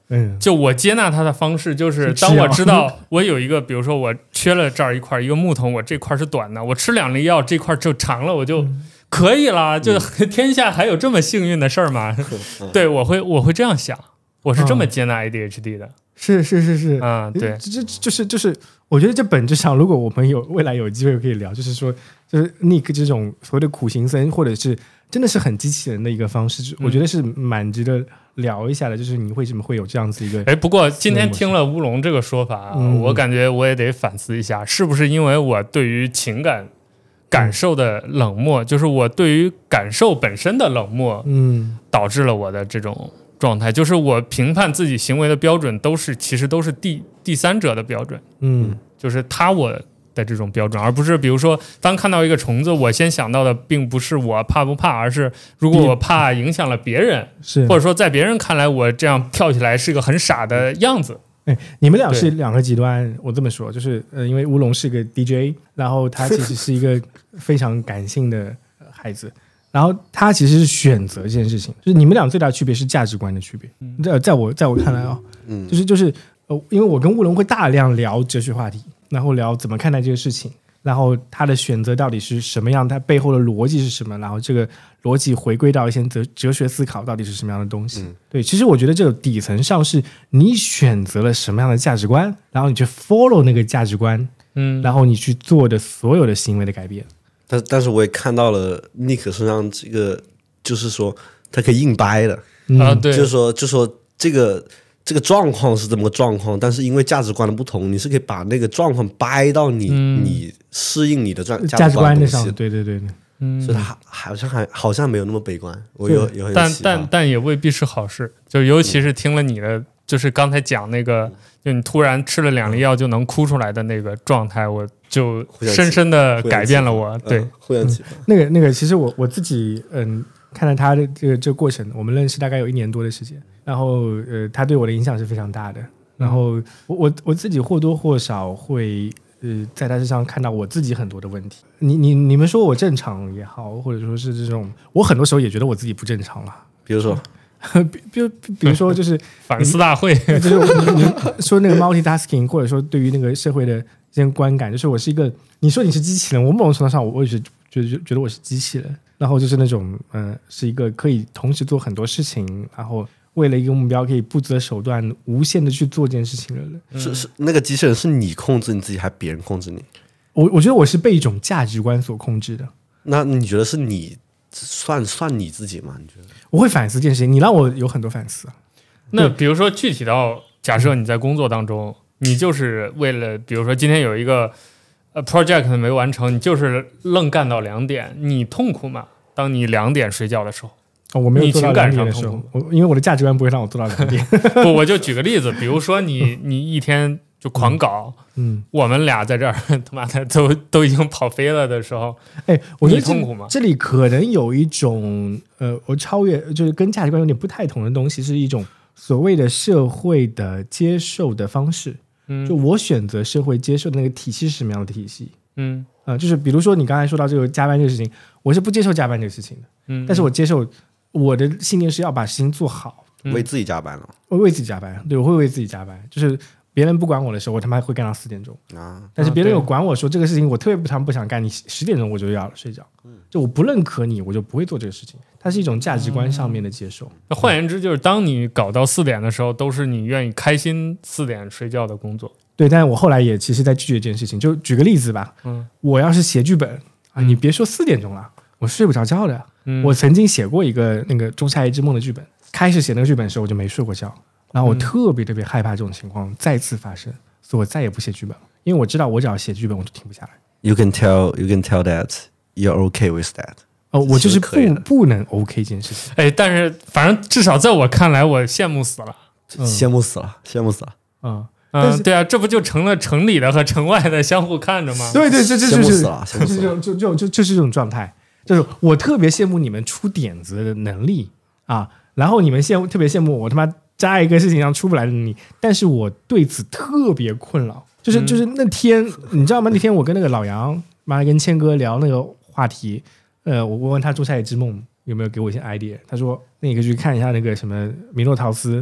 嗯，就我接纳他的方式就是当我知道我有一个比如说我缺了这儿一块一个木桶，我这块是短的，我吃两粒药这块就长了，我就、嗯、可以了，就天下还有这么幸运的事儿吗、嗯、对，我会我会这样想，我是这么接纳 A D H D 的、嗯、 是是是是啊、嗯，对， 这就是就是我觉得这本质上如果我们有未来有机会可以聊，就是说就是 Nick 这种所谓的苦行僧或者是真的是很机器人的一个方式、嗯、我觉得是蛮值得聊一下的，就是你为什么会有这样子一个。 哎，不过今天听了乌龙这个说法、嗯、我感觉我也得反思一下，是不是因为我对于情感感受的冷漠、嗯、就是我对于感受本身的冷漠，嗯，导致了我的这种状态，就是我评判自己行为的标准都是其实都是第第三者的标准，嗯，就是他我的这种标准，而不是比如说当看到一个虫子，我先想到的并不是我怕不怕，而是如果我怕影响了别人，是或者说在别人看来我这样跳起来是一个很傻的样子。 哎，你们俩是两个极端，我这么说就是呃，因为乌龙是个 D J， 然后他其实是一个非常感性的孩子，然后他其实是选择这件事情，就是你们俩最大的区别是价值观的区别。嗯、在在我在我看来啊、哦，嗯，就是就是呃，因为我跟乌龙会大量聊哲学话题。然后聊怎么看待这个事情，然后他的选择到底是什么样，他背后的逻辑是什么，然后这个逻辑回归到一些哲哲学思考到底是什么样的东西、嗯、对，其实我觉得这个底层上是你选择了什么样的价值观，然后你去 follow 那个价值观，嗯，然后你去做的所有的行为的改变。 但但是我也看到了 Nick 身上这个就是说他可以硬掰的、 嗯、啊，对， 就是说就说这个这个状况是这么个状况，但是因为价值观的不同，你是可以把那个状况掰到你、嗯、你适应你的价价值观的上，对对对对， 嗯，所以他好像还好像没有那么悲观，我有有但但但也未必是好事，就尤其是听了你的，嗯、就是刚才讲那个，就你突然吃了两粒药就能哭出来的那个状态，我就深深的改变了我，对， 互相启发、 嗯。那个那个，其实我我自己嗯，看了他的这个这个过程，我们认识大概有一年多的时间。然后呃，他对我的影响是非常大的。然后我我我自己或多或少会呃，在他身上看到我自己很多的问题。你你你们说我正常也好，或者说是这种，我很多时候也觉得我自己不正常了。 比如说， 比比比如说就是反思大会， 就是你说那个 multitasking， 或者说对于那个社会的这些观感，就是我是一个，你说你是机器人，我某种程度上我也是觉得觉得我是机器人。然后就是那种呃，是一个可以同时做很多事情，然后。为了一个目标可以不择手段无限的去做这件事情的人， 是是那个机器人是你控制你自己还是别人控制你？ 我我觉得我是被一种价值观所控制的。 那你觉得是你算算你自己吗？你觉得？ 我会反思这件事情，你让我有很多反思。 那比如说具体到假设你在工作当中，你就是为了比如说今天有一个呃 project 没完成，你就是愣干到两点，你痛苦吗？当你两点睡觉的时候？ 哦、我没有做到两点的时候，我因为我的价值观不会让我做到两点。 不，我就举个例子，比如说你你一天就狂搞，嗯，我们俩在这儿他妈的都都已经跑飞了的时候， 哎，我觉得痛苦吗？ 这里可能有一种呃，我超越就是跟价值观有点不太同的东西，是一种所谓的社会的接受的方式。嗯，就我选择社会接受的那个体系是什么样的体系？嗯，啊、呃，就是比如说你刚才说到这个加班这个事情，我是不接受加班这个事情的，嗯，但是我接受。我的信念是要把事情做好， 为自己加班了。 我为自己加班，对，我会为自己加班。就是别人不管我的时候，我他妈会干到四点钟啊。但是别人有管我说这个事情我特别不想不想干，你十点钟我就要睡觉。就我不认可你，我就不会做这个事情。它是一种价值观上面的接受。 那换言之，就是当你搞到四点的时候，都是你愿意开心四点睡觉的工作。 对，但是我后来也其实在拒绝这件事情。就举个例子吧，嗯，我要是写剧本啊，你别说四点钟了，我睡不着觉的。嗯、我曾经写过一个那个《仲夏夜之梦》的剧本，开始写那个剧本的时候我就没睡过觉，然后我特别特别害怕这种情况再次发生，所以我再也不写剧本了，因为我知道我只要写剧本我就停不下来。 You can tell, you can tell that you're okay with that。 哦，我就是不不能 OK 这件事情。 哎，但是反正至少在我看来，我羡慕死了， 嗯、羡慕死了，羡慕死了。 嗯。 嗯，对啊，这不就成了城里的和城外的相互看着吗？ 对对，这这就是这就就就就就是这种状态。就是我特别羡慕你们出点子的能力啊，然后你们羡慕特别羡慕我他妈扎一个事情上出不来的能力，但是我对此特别困扰。就是就是那天、嗯、你知道吗？那天我跟那个老杨妈跟谦哥聊那个话题，呃，我问他《仲夏夜之梦》有没有给我一些 idea， 他说那你可以去看一下那个什么米诺陶斯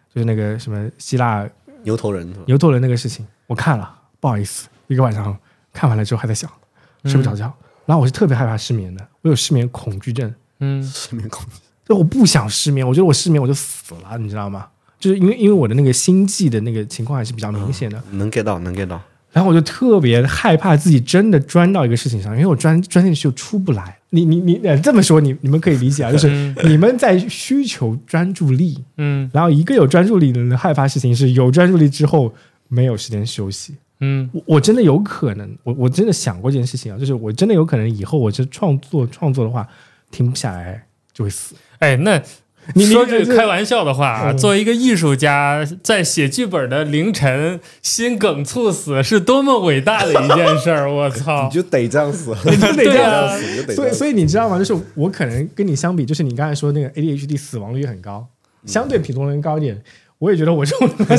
就是那个什么希腊牛头人， 牛头人那个事情，我看了，不好意思，一个晚上看完了之后还在想，睡不着觉。嗯、然后我是特别害怕失眠的，我有失眠恐惧症。 嗯， 失眠恐惧， 就我不想失眠，我觉得我失眠我就死了，你知道吗？就是因为因为我的那个心悸的那个情况还是比较明显的， 嗯、能 get 到，能 get 到。 然后我就特别害怕自己真的钻到一个事情上，因为我钻钻进去就出不来。你你你这么说，你你们可以理解啊，就是你们在需求专注力， 嗯， 然后一个有专注力的人害怕事情是有专注力之后没有时间休息。 嗯， 我我真的有可能，我我真的想过这件事情啊，就是我真的有可能以后我是创作创作的话，停不下来就会死。 哎，那。 你说句开玩笑的话、 嗯、 作为一个艺术家，在写剧本的凌晨心梗猝死是多么伟大的一件事儿！我操， 你就得这样死， 你就得这样死， 啊、 所以所以你知道吗？就是我可能跟你相比，就是你刚才说那个 A D H D 死亡率很高，相对普通人高一点。我也觉得我这种人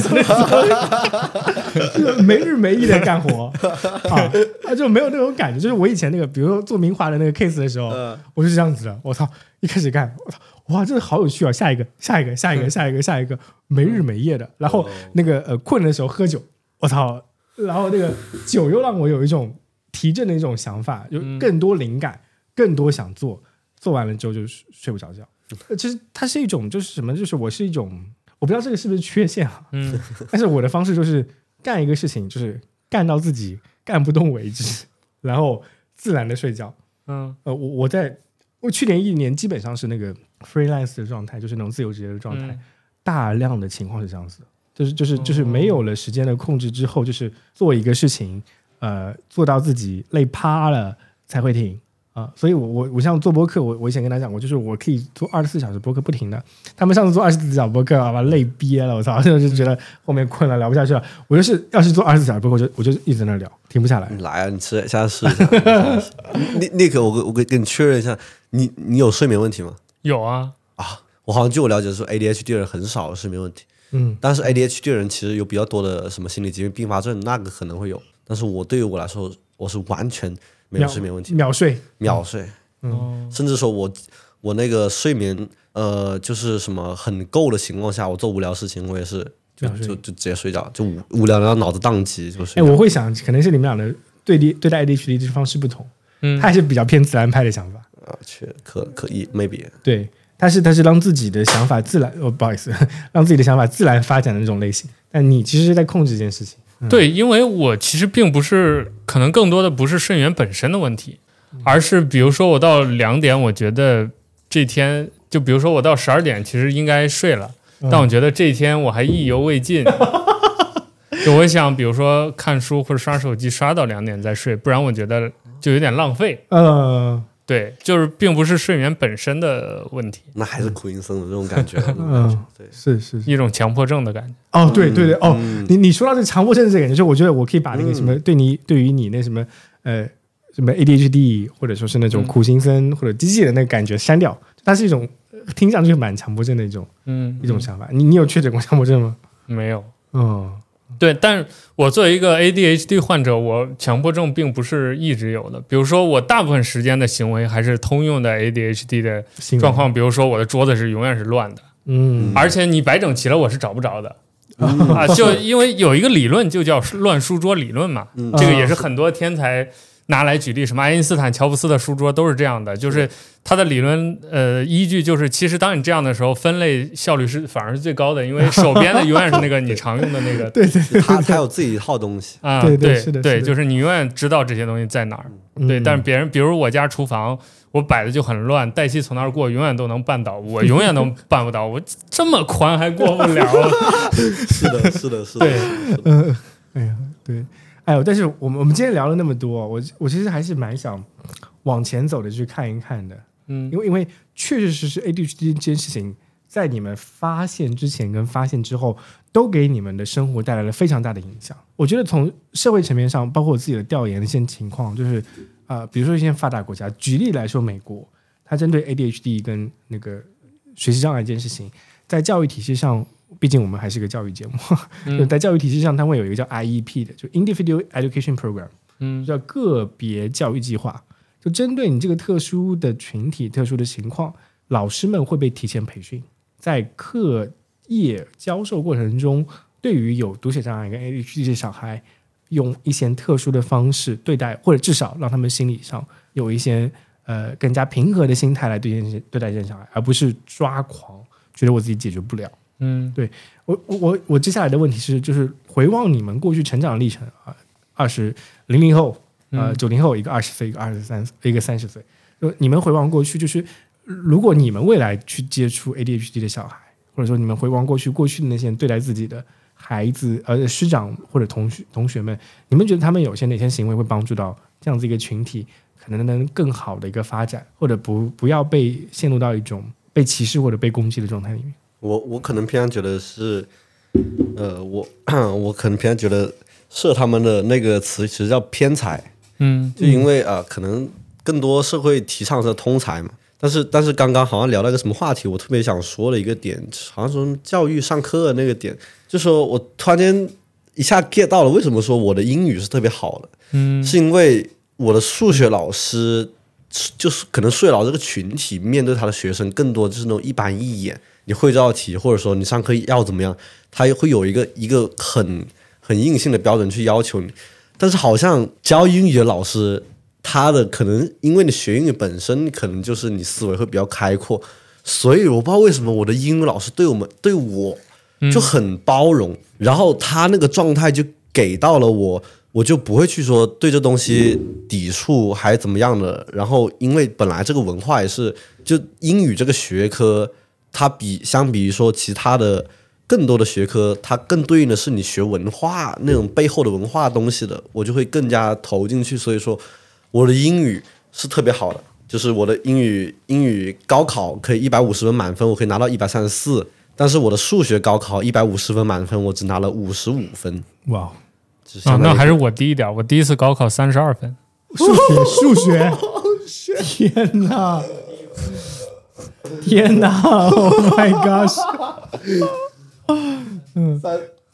就是没日没夜的干活啊，就没有那种感觉。就是我以前那个，比如说做明华的那个 case 的时候，嗯、我是这样子的。我操，一开始干，我操，哇，真的好有趣啊！下一个，下一个，下一个，下一个，下一个，没日没夜的。然后那个呃困的时候喝酒，我操，然后那个酒又让我有一种提振的一种想法，有更多灵感，更多想做，做完了之后就睡不着觉。其实它是一种就是什么，就是我是一种。我不知道这个是不是缺陷啊， 嗯， 但是我的方式就是干一个事情，就是干到自己干不动为止，然后自然的睡觉。 嗯， 呃，我我在我去年一年基本上是那个 freelance 的状态，就是那种自由职业的状态，嗯、大量的情况是这样子的，就是就是就是没有了时间的控制之后，就是做一个事情，呃，做到自己累趴了才会停。啊，所以我我我像做播客，我我以前跟他讲过，就是我可以做二十四小时播客不停的。他们上次做二十四小时播客，把累憋了，我操，就觉得后面困了，聊不下去了。我就是要是做二十四小时播客，我就我就一直在那聊，停不下来。 你来啊，你吃，下次试一下。你那个，我我跟跟你确认一下，你你有睡眠问题吗？ 有啊啊，我好像据我了解说 A D H D 人很少有睡眠问题， 嗯， 但是 A D H D 人其实有比较多的什么心理疾病并发症，那个可能会有。但是我对于我来说，我是完全没有睡眠问题， 秒睡， 秒睡。嗯，甚至说我我那个睡眠呃就是什么很够的情况下，我做无聊事情我也是就就就直接睡觉，就无无聊然后脑子宕机就睡。 哎，我会想可能是你们俩的对立对待 A D H D 这方式不同，嗯，他还是比较偏自然派的想法啊，确可可以 maybe 对，他是他是让自己的想法自然哦不好意思，让自己的想法自然发展的那种类型，但你其实是在控制这件事情。 嗯、对，因为我其实并不是，可能更多的不是睡眠本身的问题。而是比如说我到两点，我觉得这天就比如说我到十二点其实应该睡了，嗯、但我觉得这一天我还意犹未尽，就我想比如说看书或者刷手机刷到两点再睡，不然我觉得就有点浪费。 嗯， 对，就是并不是睡眠本身的问题， 那还是苦行僧的这种感觉。 嗯，对，是是一种强迫症的感觉。 哦，对对对，哦，嗯、你你说到这强迫症这个感觉，就我觉得我可以把那个什么、嗯、对你对于你那什么呃。什么 A D H D 或者说是那种苦行僧、嗯、或者机器人的感觉删掉，它是一种听上去蛮强迫症的一种，嗯，一种想法。你你有确诊过强迫症吗？ 没有。 嗯， 对，但是我作为一个 A D H D 患者，我强迫症并不是一直有的。比如说，我大部分时间的行为还是通用的 A D H D 的状况，比如说我的桌子是永远是乱的，嗯，而且你摆整齐了，我是找不着的。嗯、啊，就因为有一个理论就叫乱书桌理论嘛，嗯、这个也是很多天才拿来举例，什么爱因斯坦、乔布斯的书桌都是这样的，就是他的理论呃依据就是，其实当你这样的时候，分类效率是反而是最高的，因为手边的永远是那个你常用的那个， 对对对， 他他有自己一套东西啊， 对对是的， 对，就是你永远知道这些东西在哪儿， 嗯、 对，但是别人比如我家厨房。我摆的就很乱，代气从那儿过，永远都能绊倒，我永远都办不到，我这么宽还过不了。 是的，是的，是的。 对， 嗯，哎呀，对，哎呦，但是我们我们今天聊了那么多，我我其实还是蛮想往前走的去看一看的，嗯，因为因为确确实实 A D H D 这件事情，在你们发现之前跟发现之后，都给你们的生活带来了非常大的影响。我觉得从社会层面上，包括我自己的调研的一些情况，就是。呃，比如说一些发达国家，举例来说，美国，它针对 A D H D 跟那个学习障碍这件事情，在教育体系上，毕竟我们还是个教育节目，嗯、就在教育体系上，它会有一个叫 I E P 的，就 Individual Education Program， 嗯，叫个别教育计划，就针对你这个特殊的群体、特殊的情况，老师们会被提前培训，在课业教授过程中，对于有读写障碍跟 A D H D 的小孩，用一些特殊的方式对待，或者至少让他们心理上有一些呃更加平和的心态来对对待这些小孩，而不是抓狂，觉得我自己解决不了。 嗯， 对我我我接下来的问题是，就是回望你们过去成长历程啊，二十零零后，呃九零后，一个二十岁，一个二十三，一个三十岁，你们回望过去，就是如果你们未来去接触 A D H D 的小孩，或者说你们回望过去过去的那些对待自己的孩子，呃师长或者同学同学们，你们觉得他们有些哪些行为会帮助到这样子一个群体，可能能更好的一个发展，或者不不要被陷入到一种被歧视或者被攻击的状态里面？ 我我可能偏向觉得是，呃，我我可能偏向觉得设他们的那个词其实叫偏才， 嗯， 就因为啊、呃，可能更多社会提倡是通才嘛。但是但是刚刚好像聊到一个什么话题，我特别想说的一个点，好像说教育上课的那个点，就说我突然间一下 get 到了为什么说我的英语是特别好的， 嗯， 是因为我的数学老师就是可能数学老师这个群体面对他的学生更多就是那种一板一眼。你会这道题，或者说你上课要怎么样，他会有一个一个很很硬性的标准去要求你。但是好像教英语的老师，他的可能因为你学英语本身可能就是你思维会比较开阔，所以我不知道为什么我的英语老师对我们对我就很包容，嗯、然后他那个状态就给到了我，我就不会去说对这东西抵触还怎么样的。然后因为本来这个文化也是，就英语这个学科。它比相比于说其他的更多的学科，它更对应的是你学文化那种背后的文化东西的，我就会更加投进去。所以说我的英语是特别好的，就是我的英语英语高考可以一百五十分满分，我可以拿到一百三十四，但是我的数学高考一百五十分满分，我只拿了五十五分。 哇， 啊，那还是我低一点，我第一次高考三十二分， 数学数学，天哪！天哪 ！Oh my gosh！ 嗯，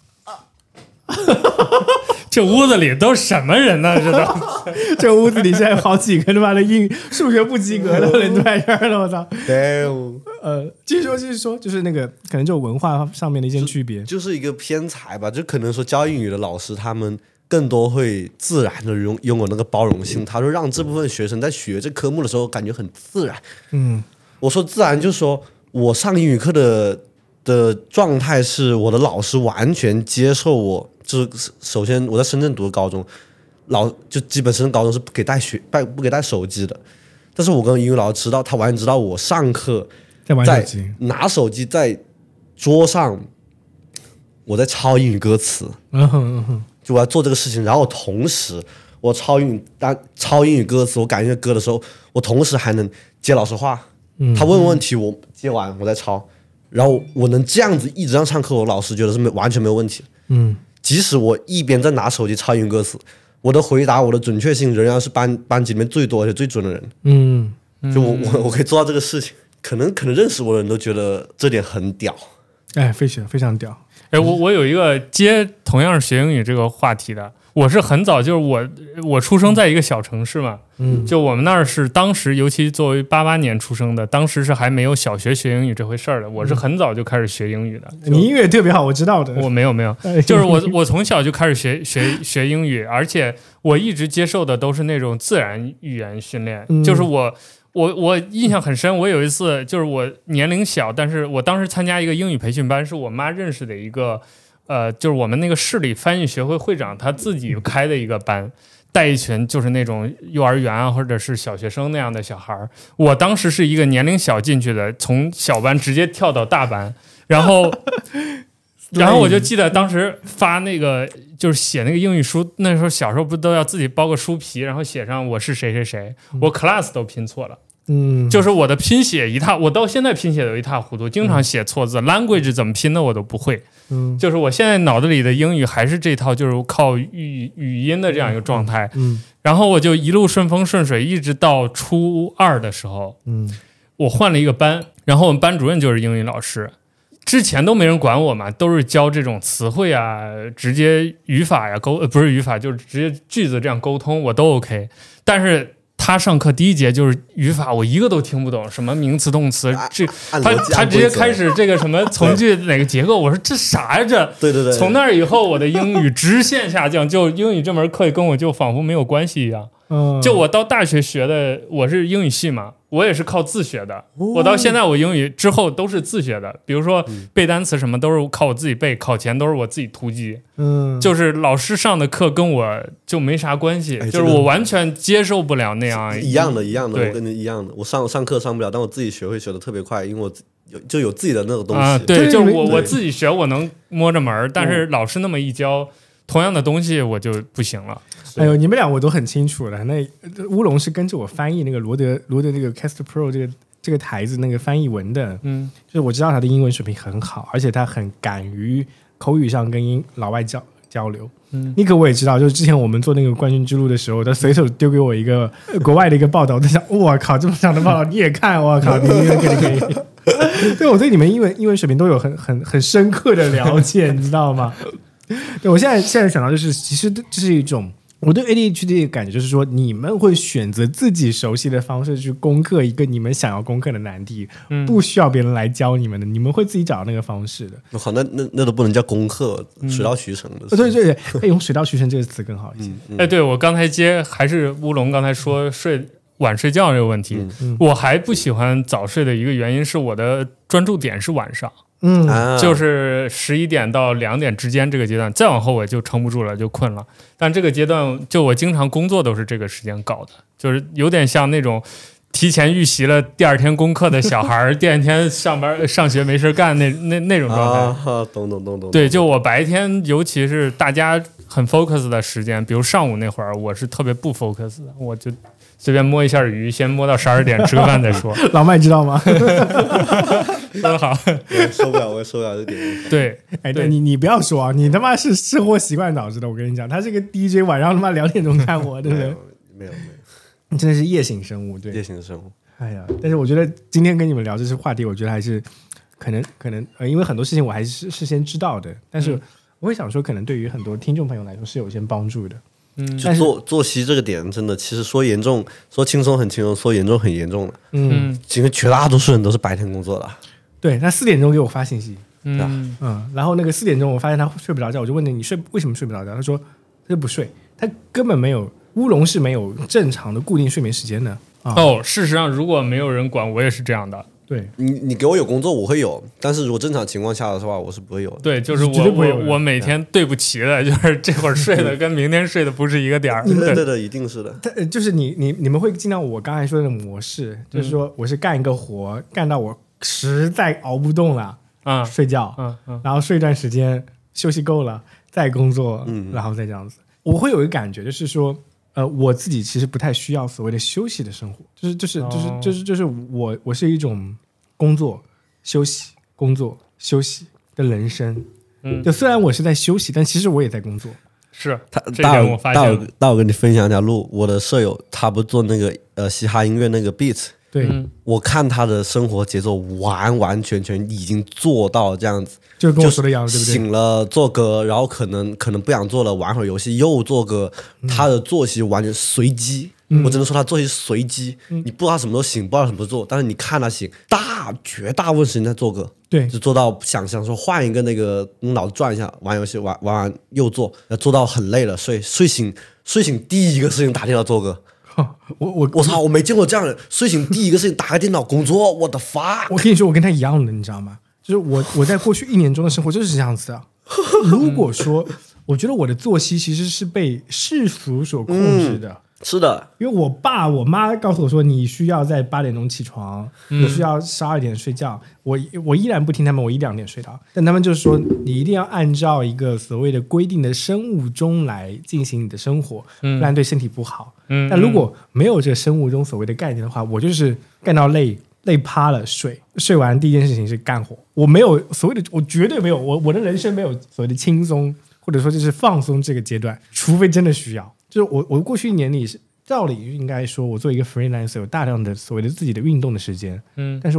这屋子里都什么人呢？这都这屋子里现在有好几个他妈的英数学不及格的人都在这儿了，我操！呃，继续说，继续说，就是那个可能就文化上面的一些区别， 就, 就是一个偏才吧，就可能说教英语的老师他们更多会自然的拥拥有那个包容性，他就让这部分学生在学这科目的时候感觉很自然。 嗯。 我说自然，就是说我上英语课的的状态是我的老师完全接受我，就是首先我在深圳读的高中，老就基本深圳高中是不给带学不给带手机的，但是我跟英语老师知道，他完全知道我上课在玩手机， 拿手机在桌上，我在抄英语歌词， 嗯哼嗯哼， 就我要做这个事情，然后同时我抄英语当抄英语歌词，我改音乐歌的时候，我同时还能接老师话。他问问题，我接完我再抄，然后我能这样子一直让上课，我老师觉得是没完全没有问题。 嗯， 即使我一边在拿手机抄英语歌词，我的回答我的准确性仍然是班班级里面最多而且最准的人。 嗯， 就我我我可以做到这个事情，可能可能认识我的人都觉得这点很屌。 哎，非常非常屌。 哎，我我有一个接同样是学英语这个话题的。我是很早，就是我我出生在一个小城市嘛， 嗯， 就我们那儿是当时，尤其作为八八年出生的，当时是还没有小学学英语这回事儿的。我是很早就开始学英语的。 你英语特别好，我知道的。 我没有没有，就是我我从小就开始学学学英语，而且我一直接受的都是那种自然语言训练， 嗯、 就是我。我我印象很深，我有一次就是我年龄小，但是我当时参加一个英语培训班，是我妈认识的一个。呃，就是我们那个市里翻译学会会长他自己开的一个班，带一群就是那种幼儿园啊或者是小学生那样的小孩。我当时是一个年龄小进去的，从小班直接跳到大班，然后然后我就记得当时发那个就是写那个英语书，那时候小时候不都要自己包个书皮，然后写上我是谁谁谁，我 class 都拼错了。 嗯， 就是我的拼写一塌，我到现在拼写都一塌糊涂，经常写错字、嗯、language 怎么拼的我都不会。 嗯， 就是我现在脑子里的英语还是这套，就是靠语语音的这样一个状态。 嗯， 然后我就一路顺风顺水，一直到初二的时候， 嗯， 我换了一个班，然后我们班主任就是英语老师，之前都没人管我嘛，都是教这种词汇啊，直接语法呀沟，呃不是语法，就是直接句子这样沟通，我都 OK。但是他上课第一节就是语法，我一个都听不懂，什么名词动词，这他他直接开始这个什么从句哪个结构，我说这啥呀这？ 对对对。 从那以后，我的英语直线下降，就英语这门课跟我就仿佛没有关系一样。 嗯， 就我到大学学的，我是英语系嘛，我也是靠自学的。哦、我到现在我英语之后都是自学的，比如说背单词什么都是靠我自己背，考前都是我自己突击。嗯，就是老师上的课跟我就没啥关系，哎、就是我完全接受不了那样。 一样的，一样的，我跟你一样的。我上上课上不了，但我自己学会学的特别快，因为我有就有自己的那个东西。 啊，对，就是我我自己学，我能摸着门，但是老师那么一教。同样的东西我就不行了。 哎呦，你们俩我都很清楚了。那乌龙是跟着我翻译那个罗德罗德这个 Cast Pro 这个这个台子那个翻译文的，嗯，就是我知道他的英文水平很好，而且他很敢于口语上跟英老外交交流。嗯，尼克我也知道，就是之前我们做那个冠军之路的时候，他随手丢给我一个国外的一个报道，我在想，我靠，这么长的报道你也看，我靠，你可以可以。对，我对你们英文英文水平都有很很很深刻的了解，你知道吗？对，我现在现在想到就是，其实这是一种我对 A D H D 的感觉，就是说你们会选择自己熟悉的方式去攻克一个你们想要攻克的难题，嗯、不需要别人来教你们的，你们会自己找到那个方式的。 好，那那那都不能叫攻克，水到渠成的。 嗯、对对对，用水到渠成这个词更好一些。哎、 嗯嗯，对我刚才接还是乌龙刚才说睡晚睡觉这个问题，嗯、我还不喜欢早睡的一个原因是我的专注点是晚上。嗯，就是十一点到两点之间这个阶段，再往后我就撑不住了，就困了。但这个阶段，就我经常工作都是这个时间搞的，就是有点像那种提前预习了第二天功课的小孩，第二天上班上学没事干那那那种状态。 啊，懂懂懂懂。 对，就我白天，尤其是大家很 focus 的时间，比如上午那会儿，我是特别不 focus 的，我就随便摸一下鱼，先摸到十二点吃个饭再说。 老麦知道吗？ 说好， 我受不了，我也受不了这点。 对， 哎，对你你不要说啊，你他妈是生活习惯导致的。我跟你讲，他是个 D J， 晚上他妈两点钟看我，对不对？ 没有没有， 你真的是夜行生物，对， 夜行生物。 哎呀，但是我觉得今天跟你们聊这些话题，我觉得还是可能可能呃，因为很多事情我还是事先知道的，但是我会想说，可能对于很多听众朋友来说是有一些帮助的。 嗯，就作作息这个点，真的，其实说严重，说轻松很轻松，说严重很严重的。嗯，因为绝大多数人都是白天工作的。 对，他四点钟给我发信息，嗯嗯，然后那个四点钟我发现他睡不着觉，我就问他你睡为什么睡不着觉？他说他就不睡，他根本没有乌龙是没有正常的固定睡眠时间的。啊、 哦，事实上如果没有人管，我也是这样的。 对你，你给我有工作我会有，但是如果正常情况下的话，我是不会有的。 对，就是我我我每天对不齐的，就是这会儿睡的跟明天睡的不是一个点儿。 对对对，一定是的。 就是你你你们会进到我刚才说的模式，就是说我是干一个活，干到我实在熬不动了啊、嗯，睡觉，嗯嗯，然后睡一段时间，休息够了再工作，嗯，然后再这样子。我会有一个感觉，就是说。呃，我自己其实不太需要所谓的休息的生活，就是就是就是就是就是我我是一种工作休息工作休息的人生，嗯，就虽然我是在休息，但其实我也在工作。 是他大我大我大我跟你分享一条路，我的舍友他不做那个呃嘻哈音乐那个 beat， 对、 嗯， 我看他的生活节奏完完全全已经做到这样子。 就跟我说的一样，对不对？ 醒了做歌，然后可能可能不想做了，玩会儿游戏又做歌。嗯、他的作息完全随机，嗯、我只能说他作息随机。嗯、你不知道他什么时候醒，不知道什么时候做，但是你看他醒，大绝大部分时间在做歌， 对， 就做到想想说换一个那个脑子转一下，玩游戏玩玩完又做，做到很累了，睡睡醒睡醒第一个事情打电话做歌。 我我我操！我没见过这样的人，睡醒第一个事情打开电脑工作，我的发！ 我跟你说，我跟他一样的，你知道吗？就是我我在过去一年中的生活就是这样子的。如果说我觉得我的作息其实是被世俗所控制的、嗯、 是的， 因为我爸我妈告诉我说你需要在八点钟起床、嗯、你需要十二点睡觉，我我依然不听他们，我一两点睡着，但他们就是说你一定要按照一个所谓的规定的生物钟来进行你的生活、嗯、不然对身体不好、嗯、但如果没有这个生物钟所谓的概念的话，我就是干到累累趴了睡，睡完第一件事情是干活，我没有所谓的，我绝对没有，我我的人生没有所谓的轻松或者说就是放松这个阶段，除非真的需要。就是我我过去一年里照理应该说我做一个 freelancer 有大量的所谓的自己的运动的时间，嗯，但是我没有，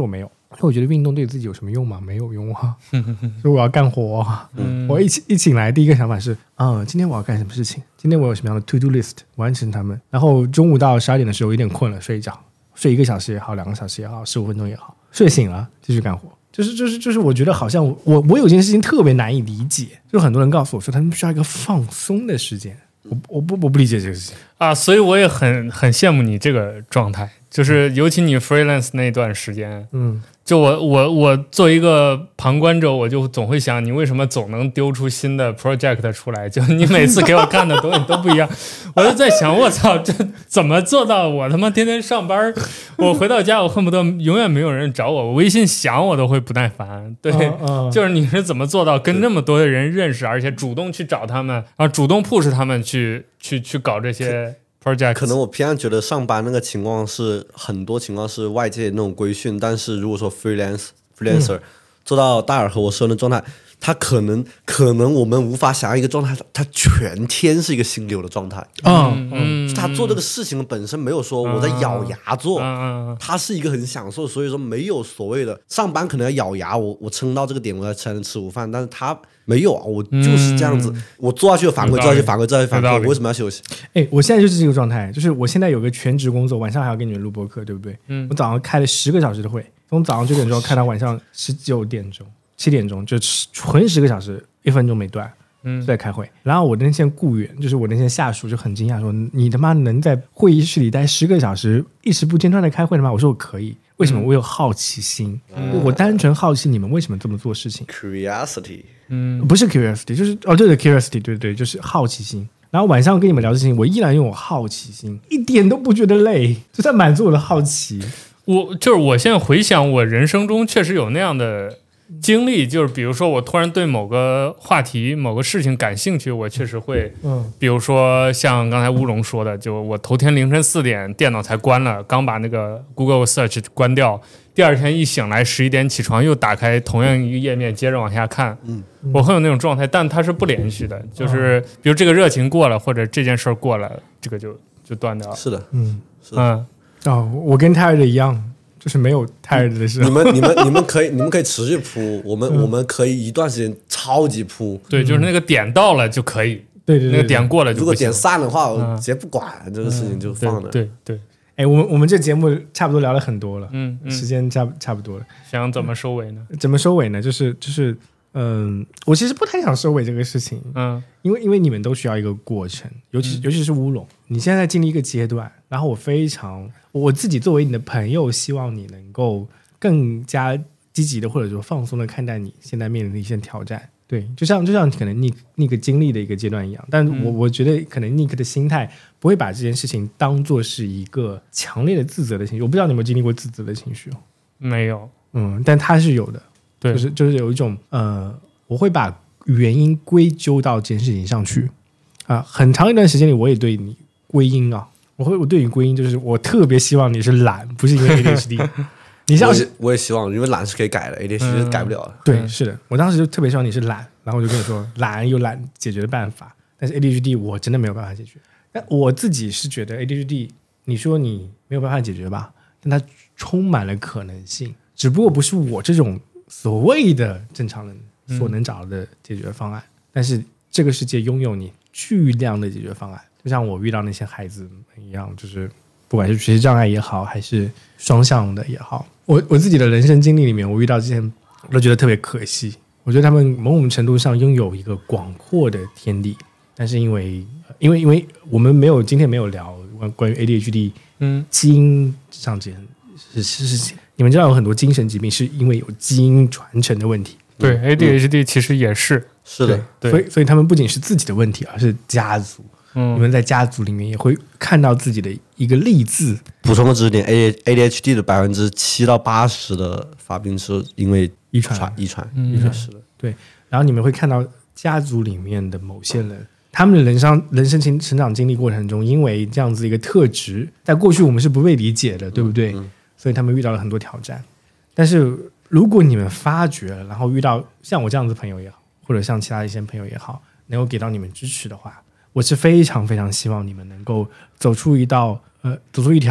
我觉得运动对自己有什么用吗？没有用啊。所以我要干活、啊嗯、 我一一醒来第一个想法是啊、嗯，今天我要干什么事情，今天我有什么样的 to do list 完成它们。然后中午到十二点的时候有点困了，睡一觉，睡一个小时也好，两个小时也好，十五分钟也好，睡醒了继续干活。就是就是就是，我觉得好像我我有件事情特别难以理解，就很多人告诉我说他们需要一个放松的时间，我我不我不理解这个事情啊，所以我也很很羡慕你这个状态，就是尤其你 freelance 那段时间，嗯，就我我我作为一个旁观者，我就总会想，你为什么总能丢出新的 project 出来？就你每次给我看的东西都不一样，我就在想，我操，这怎么做到？我他妈天天上班，我回到家，我恨不得永远没有人找我，我微信响我都会不耐烦。对，uh, uh, 就是你是怎么做到跟那么多的人认识，而且主动去找他们，然后主动 push 他们去去去搞这些 project？ 可能我偏向觉得上班那个情况是很多情况是外界那种规训，但是如果说 freelance freelancer、嗯、做到大耳和我说的状态，他可能可能我们无法想象一个状态，他全天是一个心流的状态。 嗯嗯，他做这个事情本身没有说我在咬牙做，嗯、他是一个很享受，所以说没有所谓的上班可能要咬牙，我我撑到这个点我才能吃午饭，但是他没有啊，我就是这样子，嗯、我做下去有反馈，做下去反馈，做下去反馈，我为什么要休息？ 哎，我现在就是这个状态，就是我现在有个全职工作，晚上还要给你们录播课，对不对？嗯，我早上开了十个小时的会，从早上九点钟开到晚上十九点钟。七点钟就纯十个小时，一分钟没断，嗯，在开会。然后我那些雇员，就是我那些下属，就很惊讶说：“你他妈能在会议室里待十个小时，一直不间断的开会的吗？”我说：“我可以。”为什么？我有好奇心，嗯、我单纯好奇你们为什么这么做事情。 Curiosity， 嗯，不是 curiosity， 就是哦，对对 ，curiosity， 对对，就是好奇心。然后晚上跟你们聊事情，我依然用我好奇心，一点都不觉得累，就在满足我的好奇。 我就是我现在回想，我人生中确实有那样的经历，就是比如说我突然对某个话题某个事情感兴趣，我确实会嗯，比如说像刚才乌龙说的，就我头天凌晨四点电脑才关了，刚把那个 Google Search 关掉，第二天一醒来十一点起床又打开同样一个页面接着往下看，嗯，我会有那种状态，但它是不连续的，就是比如这个热情过了或者这件事过了，这个就就断掉了。 是的， 嗯， 是的， 嗯，哦，我跟泰瑞的一样。就是没有太热的时候， 你们你们你们可以你们可以持续铺，我们、嗯、我们可以一段时间超级铺， 对，就是那个点到了就可以， 对对对， 那个点过了就不行， 如果点散的话，我直接不管、嗯、这个事情就放了。 对对对， 哎，我们我们这节目差不多聊了很多了，嗯，嗯时间差差不多了， 想怎么收尾呢？ 怎么收尾呢？就是就是嗯，我其实不太想收尾这个事情，嗯，因为因为你们都需要一个过程，尤其、嗯、尤其是乌龙，你现在在经历一个阶段，然后我非常我自己作为你的朋友，希望你能够更加积极的或者说放松的看待你现在面临的一些挑战。对，就像就像可能 Nick Nick 经历的一个阶段一样，但我、嗯、我觉得可能 Nick 的心态不会把这件事情当作是一个强烈的自责的情绪。我不知道你有没有经历过自责的情绪？ 没有， 嗯，但他是有的。对，就是就是有一种呃，我会把原因归咎到这件事情上去啊。很长一段时间里，我也对你归因啊，我会我对你归因，就是我特别希望你是懒，不是因为 A D H D。你像是我也希望，因为懒是可以改的 ，A D H D 是改不了的。 嗯、对，是的，我当时就特别希望你是懒，然后我就跟你说，懒有懒解决的办法，但是 A D H D 我真的没有办法解决。但我自己是觉得 A D H D， 你说你没有办法解决吧，但它充满了可能性，只不过不是我这种所谓的正常人所能找的解决方案、嗯、但是这个世界拥有你巨量的解决方案，就像我遇到那些孩子一样，就是不管是学习障碍也好还是双向的也好，我我自己的人生经历里面，我遇到这些我都觉得特别可惜。我觉得他们某种程度上拥有一个广阔的天地，但是因为因为因为我们没有今天没有聊关于 A D H D 嗯基因上这是是是你们知道有很多精神疾病是因为有基因传承的问题。 对、嗯、A D H D 其实也是是的， 对，所以所以他们不仅是自己的问题，而是家族。嗯，你们在家族里面也会看到自己的一个例字。 补充个知识点 ，A A D H D 的百分之七到八十的发病是因为遗传， 遗传， 遗传是的。对，然后你们会看到家族里面的某些人，他们的人生人生成长经历过程中，因为这样子一个特质，在过去我们是不被理解的，对不对？嗯嗯，所以他们遇到了很多挑战。但是如果你们发觉了，然后遇到像我这样子的朋友也好，或者像其他一些朋友也好，能够给到你们支持的话，我是非常非常希望你们能够走出一道呃，走出一条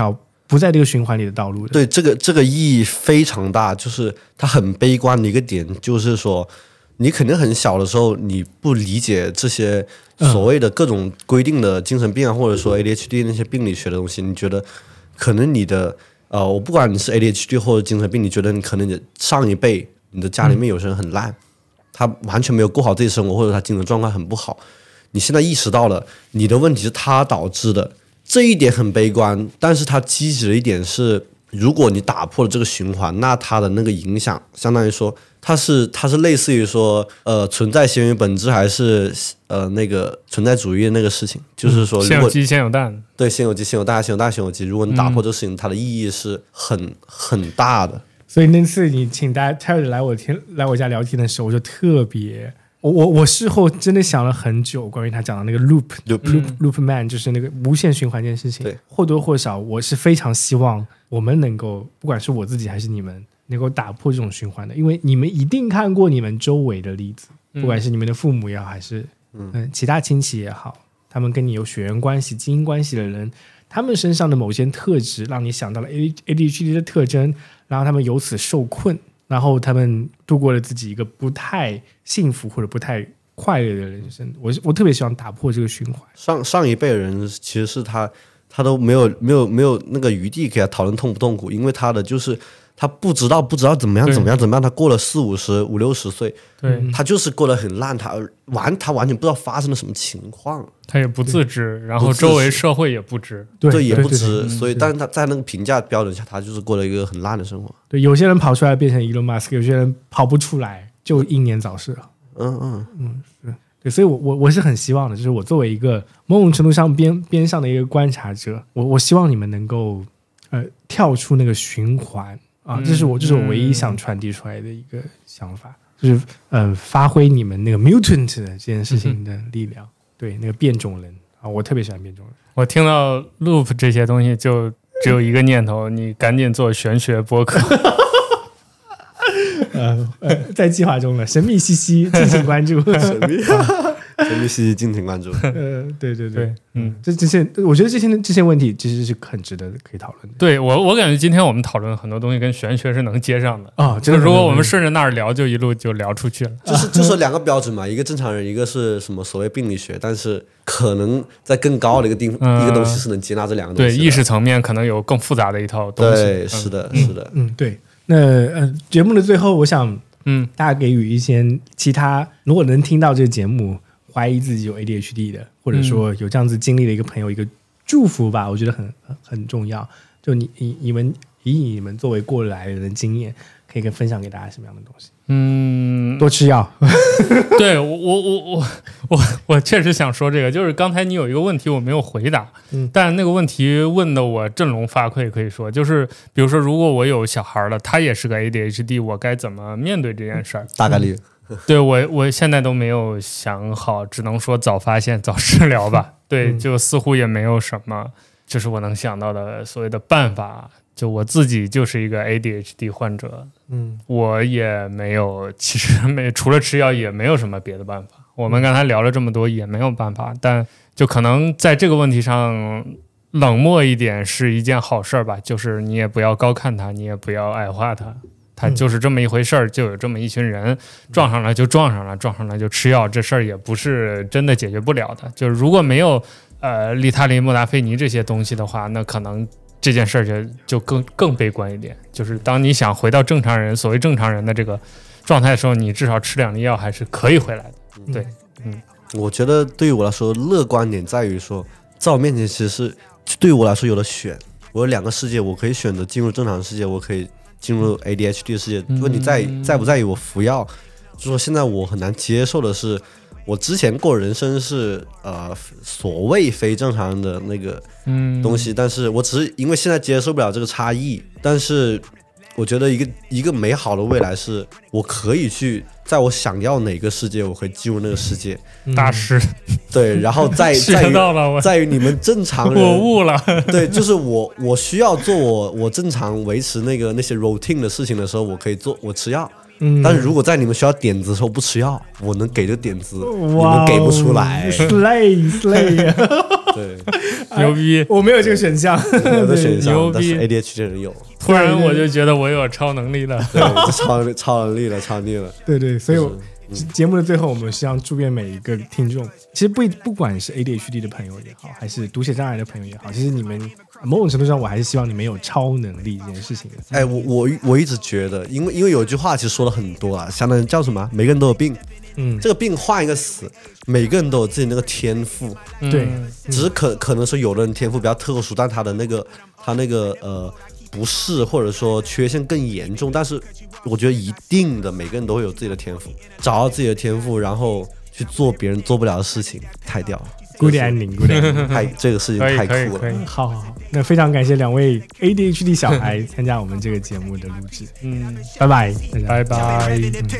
不在这个循环里的道路的。 对，这个这个意义非常大，就是它很悲观的一个点，就是说你肯定很小的时候你不理解这些所谓的各种规定的精神病啊，嗯、或者说 A D H D 那些病理学的东西，你觉得可能你的呃，我不管你是 A D H D 或者精神病，你觉得你可能你上一辈你的家里面有些人很烂，嗯、他完全没有过好自己生活，或者他精神状况很不好，你现在意识到了你的问题是他导致的。这一点很悲观，但是它积极的一点是，如果你打破了这个循环，那它的那个影响，相当于说，它是它是类似于说，呃，存在先于本质，还是呃那个存在主义的那个事情，就是说， 先有鸡先有蛋， 对，先有鸡先有蛋，先有蛋先有鸡。如果你打破这个事情，嗯、它的意义是很很大的。 所以那次你请大家 Terry 来我天来我家聊天的时候，我就特别。我我我事后真的想了很久，关于他讲的那个 loop loop loop loop man， 就是那个无限循环这件事情。 对， 或多或少，我是非常希望我们能够，不管是我自己还是你们，能够打破这种循环的。因为你们一定看过你们周围的例子，不管是你们的父母也好，还是嗯、呃、其他亲戚也好，他们跟你有血缘关系、基因关系的人，他们身上的某些特质，让你想到了 A D H D 的特征，然后他们由此受困。然后他们度过了自己一个不太幸福或者不太快乐的人生。我我特别希望打破这个循环。 上上一辈的人其实是他他都没有没有没有那个余地给他讨论痛不痛苦，因为他的就是他不知道不知道怎么样怎么样怎么样，他过了四五十五六十岁， 对， 他就是过得很烂，他完他完全不知道发生了什么情况， 他也不自知，然后周围社会也不知， 对， 对也不知， 对对对所以但是他在那个评价标准下，他就是过了一个很烂的生活。 对，有些人跑出来变成 Elon Musk， 有些人跑不出来就英年早逝了。 嗯嗯嗯，是对，所以我我我是很希望的，就是我作为一个某种程度上边边上的一个观察者，我我希望你们能够呃跳出那个循环。啊，这是我这是我唯一想传递出来的一个想法，嗯、就是呃，发挥你们那个 mutant 的这件事情的力量，嗯、对那个变种人啊，我特别喜欢变种人。 我听到 loop 这些东西，就只有一个念头，你赶紧做玄学播客。 呃呃，在计划中了，神秘兮兮，敬请关注。 神秘。神秘兮兮，敬请关注。 呃，对对对， 嗯， 这这些，我觉得这些这些问题其实是很值得可以讨论的。 对我，我感觉今天我们讨论很多东西跟玄学是能接上的啊。 就如果我们顺着那儿聊，就一路就聊出去了。 就是就是两个标准嘛，一个正常人，一个是什么所谓病理学，但是可能在更高的一个地、嗯、一个东西是能接纳这两个东西。 对，意识层面可能有更复杂的一套东西。 对，是的，嗯、是的， 嗯，对。那呃，节目的最后，我想， 嗯，大家给予一些其他，如果能听到这个节目，怀疑自己有 A D H D 的，或者说有这样子经历的一个朋友，一个祝福吧，我觉得很很很重要。就你你你们以你们作为过来人的经验，可以跟分享给大家什么样的东西？ 嗯， 多吃药。 对我我我我我我确实想说这个，就是刚才你有一个问题我没有回答， 嗯， 但那个问题问的我振聋发聩，可以说就是比如说如果我有小孩了，他也是个 A D H D， 我该怎么面对这件事儿？ 大概率。 对我我现在都没有想好，只能说早发现早治疗吧。对，就似乎也没有什么就是我能想到的所谓的办法。就我自己就是一个 A D H D 患者， 嗯， 我也没有，其实没除了吃药也没有什么别的办法。我们刚才聊了这么多也没有办法，但就可能在这个问题上冷漠一点是一件好事吧，就是你也不要高看它，你也不要矮化它。它就是这么一回事儿，就有这么一群人撞上了就撞上了，撞上了就吃药，这事儿也不是真的解决不了的。就是如果没有呃利他林、莫达菲尼这些东西的话，那可能这件事儿就就更更悲观一点。就是当你想回到正常人，所谓正常人的这个状态的时候，你至少吃两粒药还是可以回来的。对，嗯， 我觉得对于我来说，乐观点在于说，在我面前其实是对于我来说有了选，我有两个世界，我可以选择进入正常世界，我可以进入 A D H D 的世界。问题在在不在于我服药，就说现在我很难接受的是，我之前过人生是呃所谓非正常的那个东西，嗯、但是我只是因为现在接受不了这个差异。但是我觉得一个一个美好的未来是，我可以去在我想要哪个世界，我可以进入那个世界。 大师， 对，然后在在于在于你们正常人， 我悟了。 对，就是我我需要做我我正常维持那个那些 routine 的事情的时候，我可以做，我吃药。嗯、但是如果在你们需要点子的时候不吃药，我能给的点子你们给不出来。 slay slay 对， 牛逼！ 我没有这个选项， 没有的选项， 牛逼但是 A D H D 的人有。 突然我就觉得我有超能力了， 对，这超超能力了，超能力了。 对对，所以我。 嗯、 节目的最后，我们希望祝愿每一个听众，其实不不管是 A D H D 的朋友也好，还是读写障碍的朋友也好，其实你们某种程度上，我还是希望你们有超能力这件事情的。 哎，我我我一直觉得，因为因为有一句话其实说了很多啊，相当于叫什么？每个人都有病。嗯，这个病换一个词，每个人都有自己那个天赋。 对、 嗯，只是可可能说有的人天赋比较特殊，但他的那个他那个呃。不是，或者说缺陷更严重，但是我觉得一定的每个人都会有自己的天赋，找到自己的天赋，然后去做别人做不了的事情，太屌了。 Good ending，Good ending， 太这个事情太酷了。 好好好，那非常感谢两位 A D H D 小孩参加我们这个节目的录制。嗯，拜拜， 拜拜。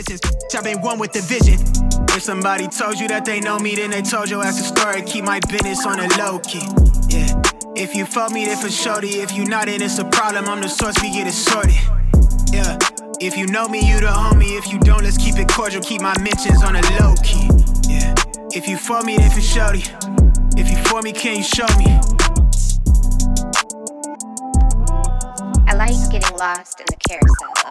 If somebody told you that they know me, then they told your ass a story. Keep my business on the low key. Yeah. If you fuck me, then for shorty. If you not, then it's a problem. I'm the source, we get it sorted. Yeah. If you know me, you the homie. If you don't, let's keep it cordial. Keep my mentions on the low key. Yeah. If you for me, then for shorty. If you for me, can you show me? I like getting lost in the carousel.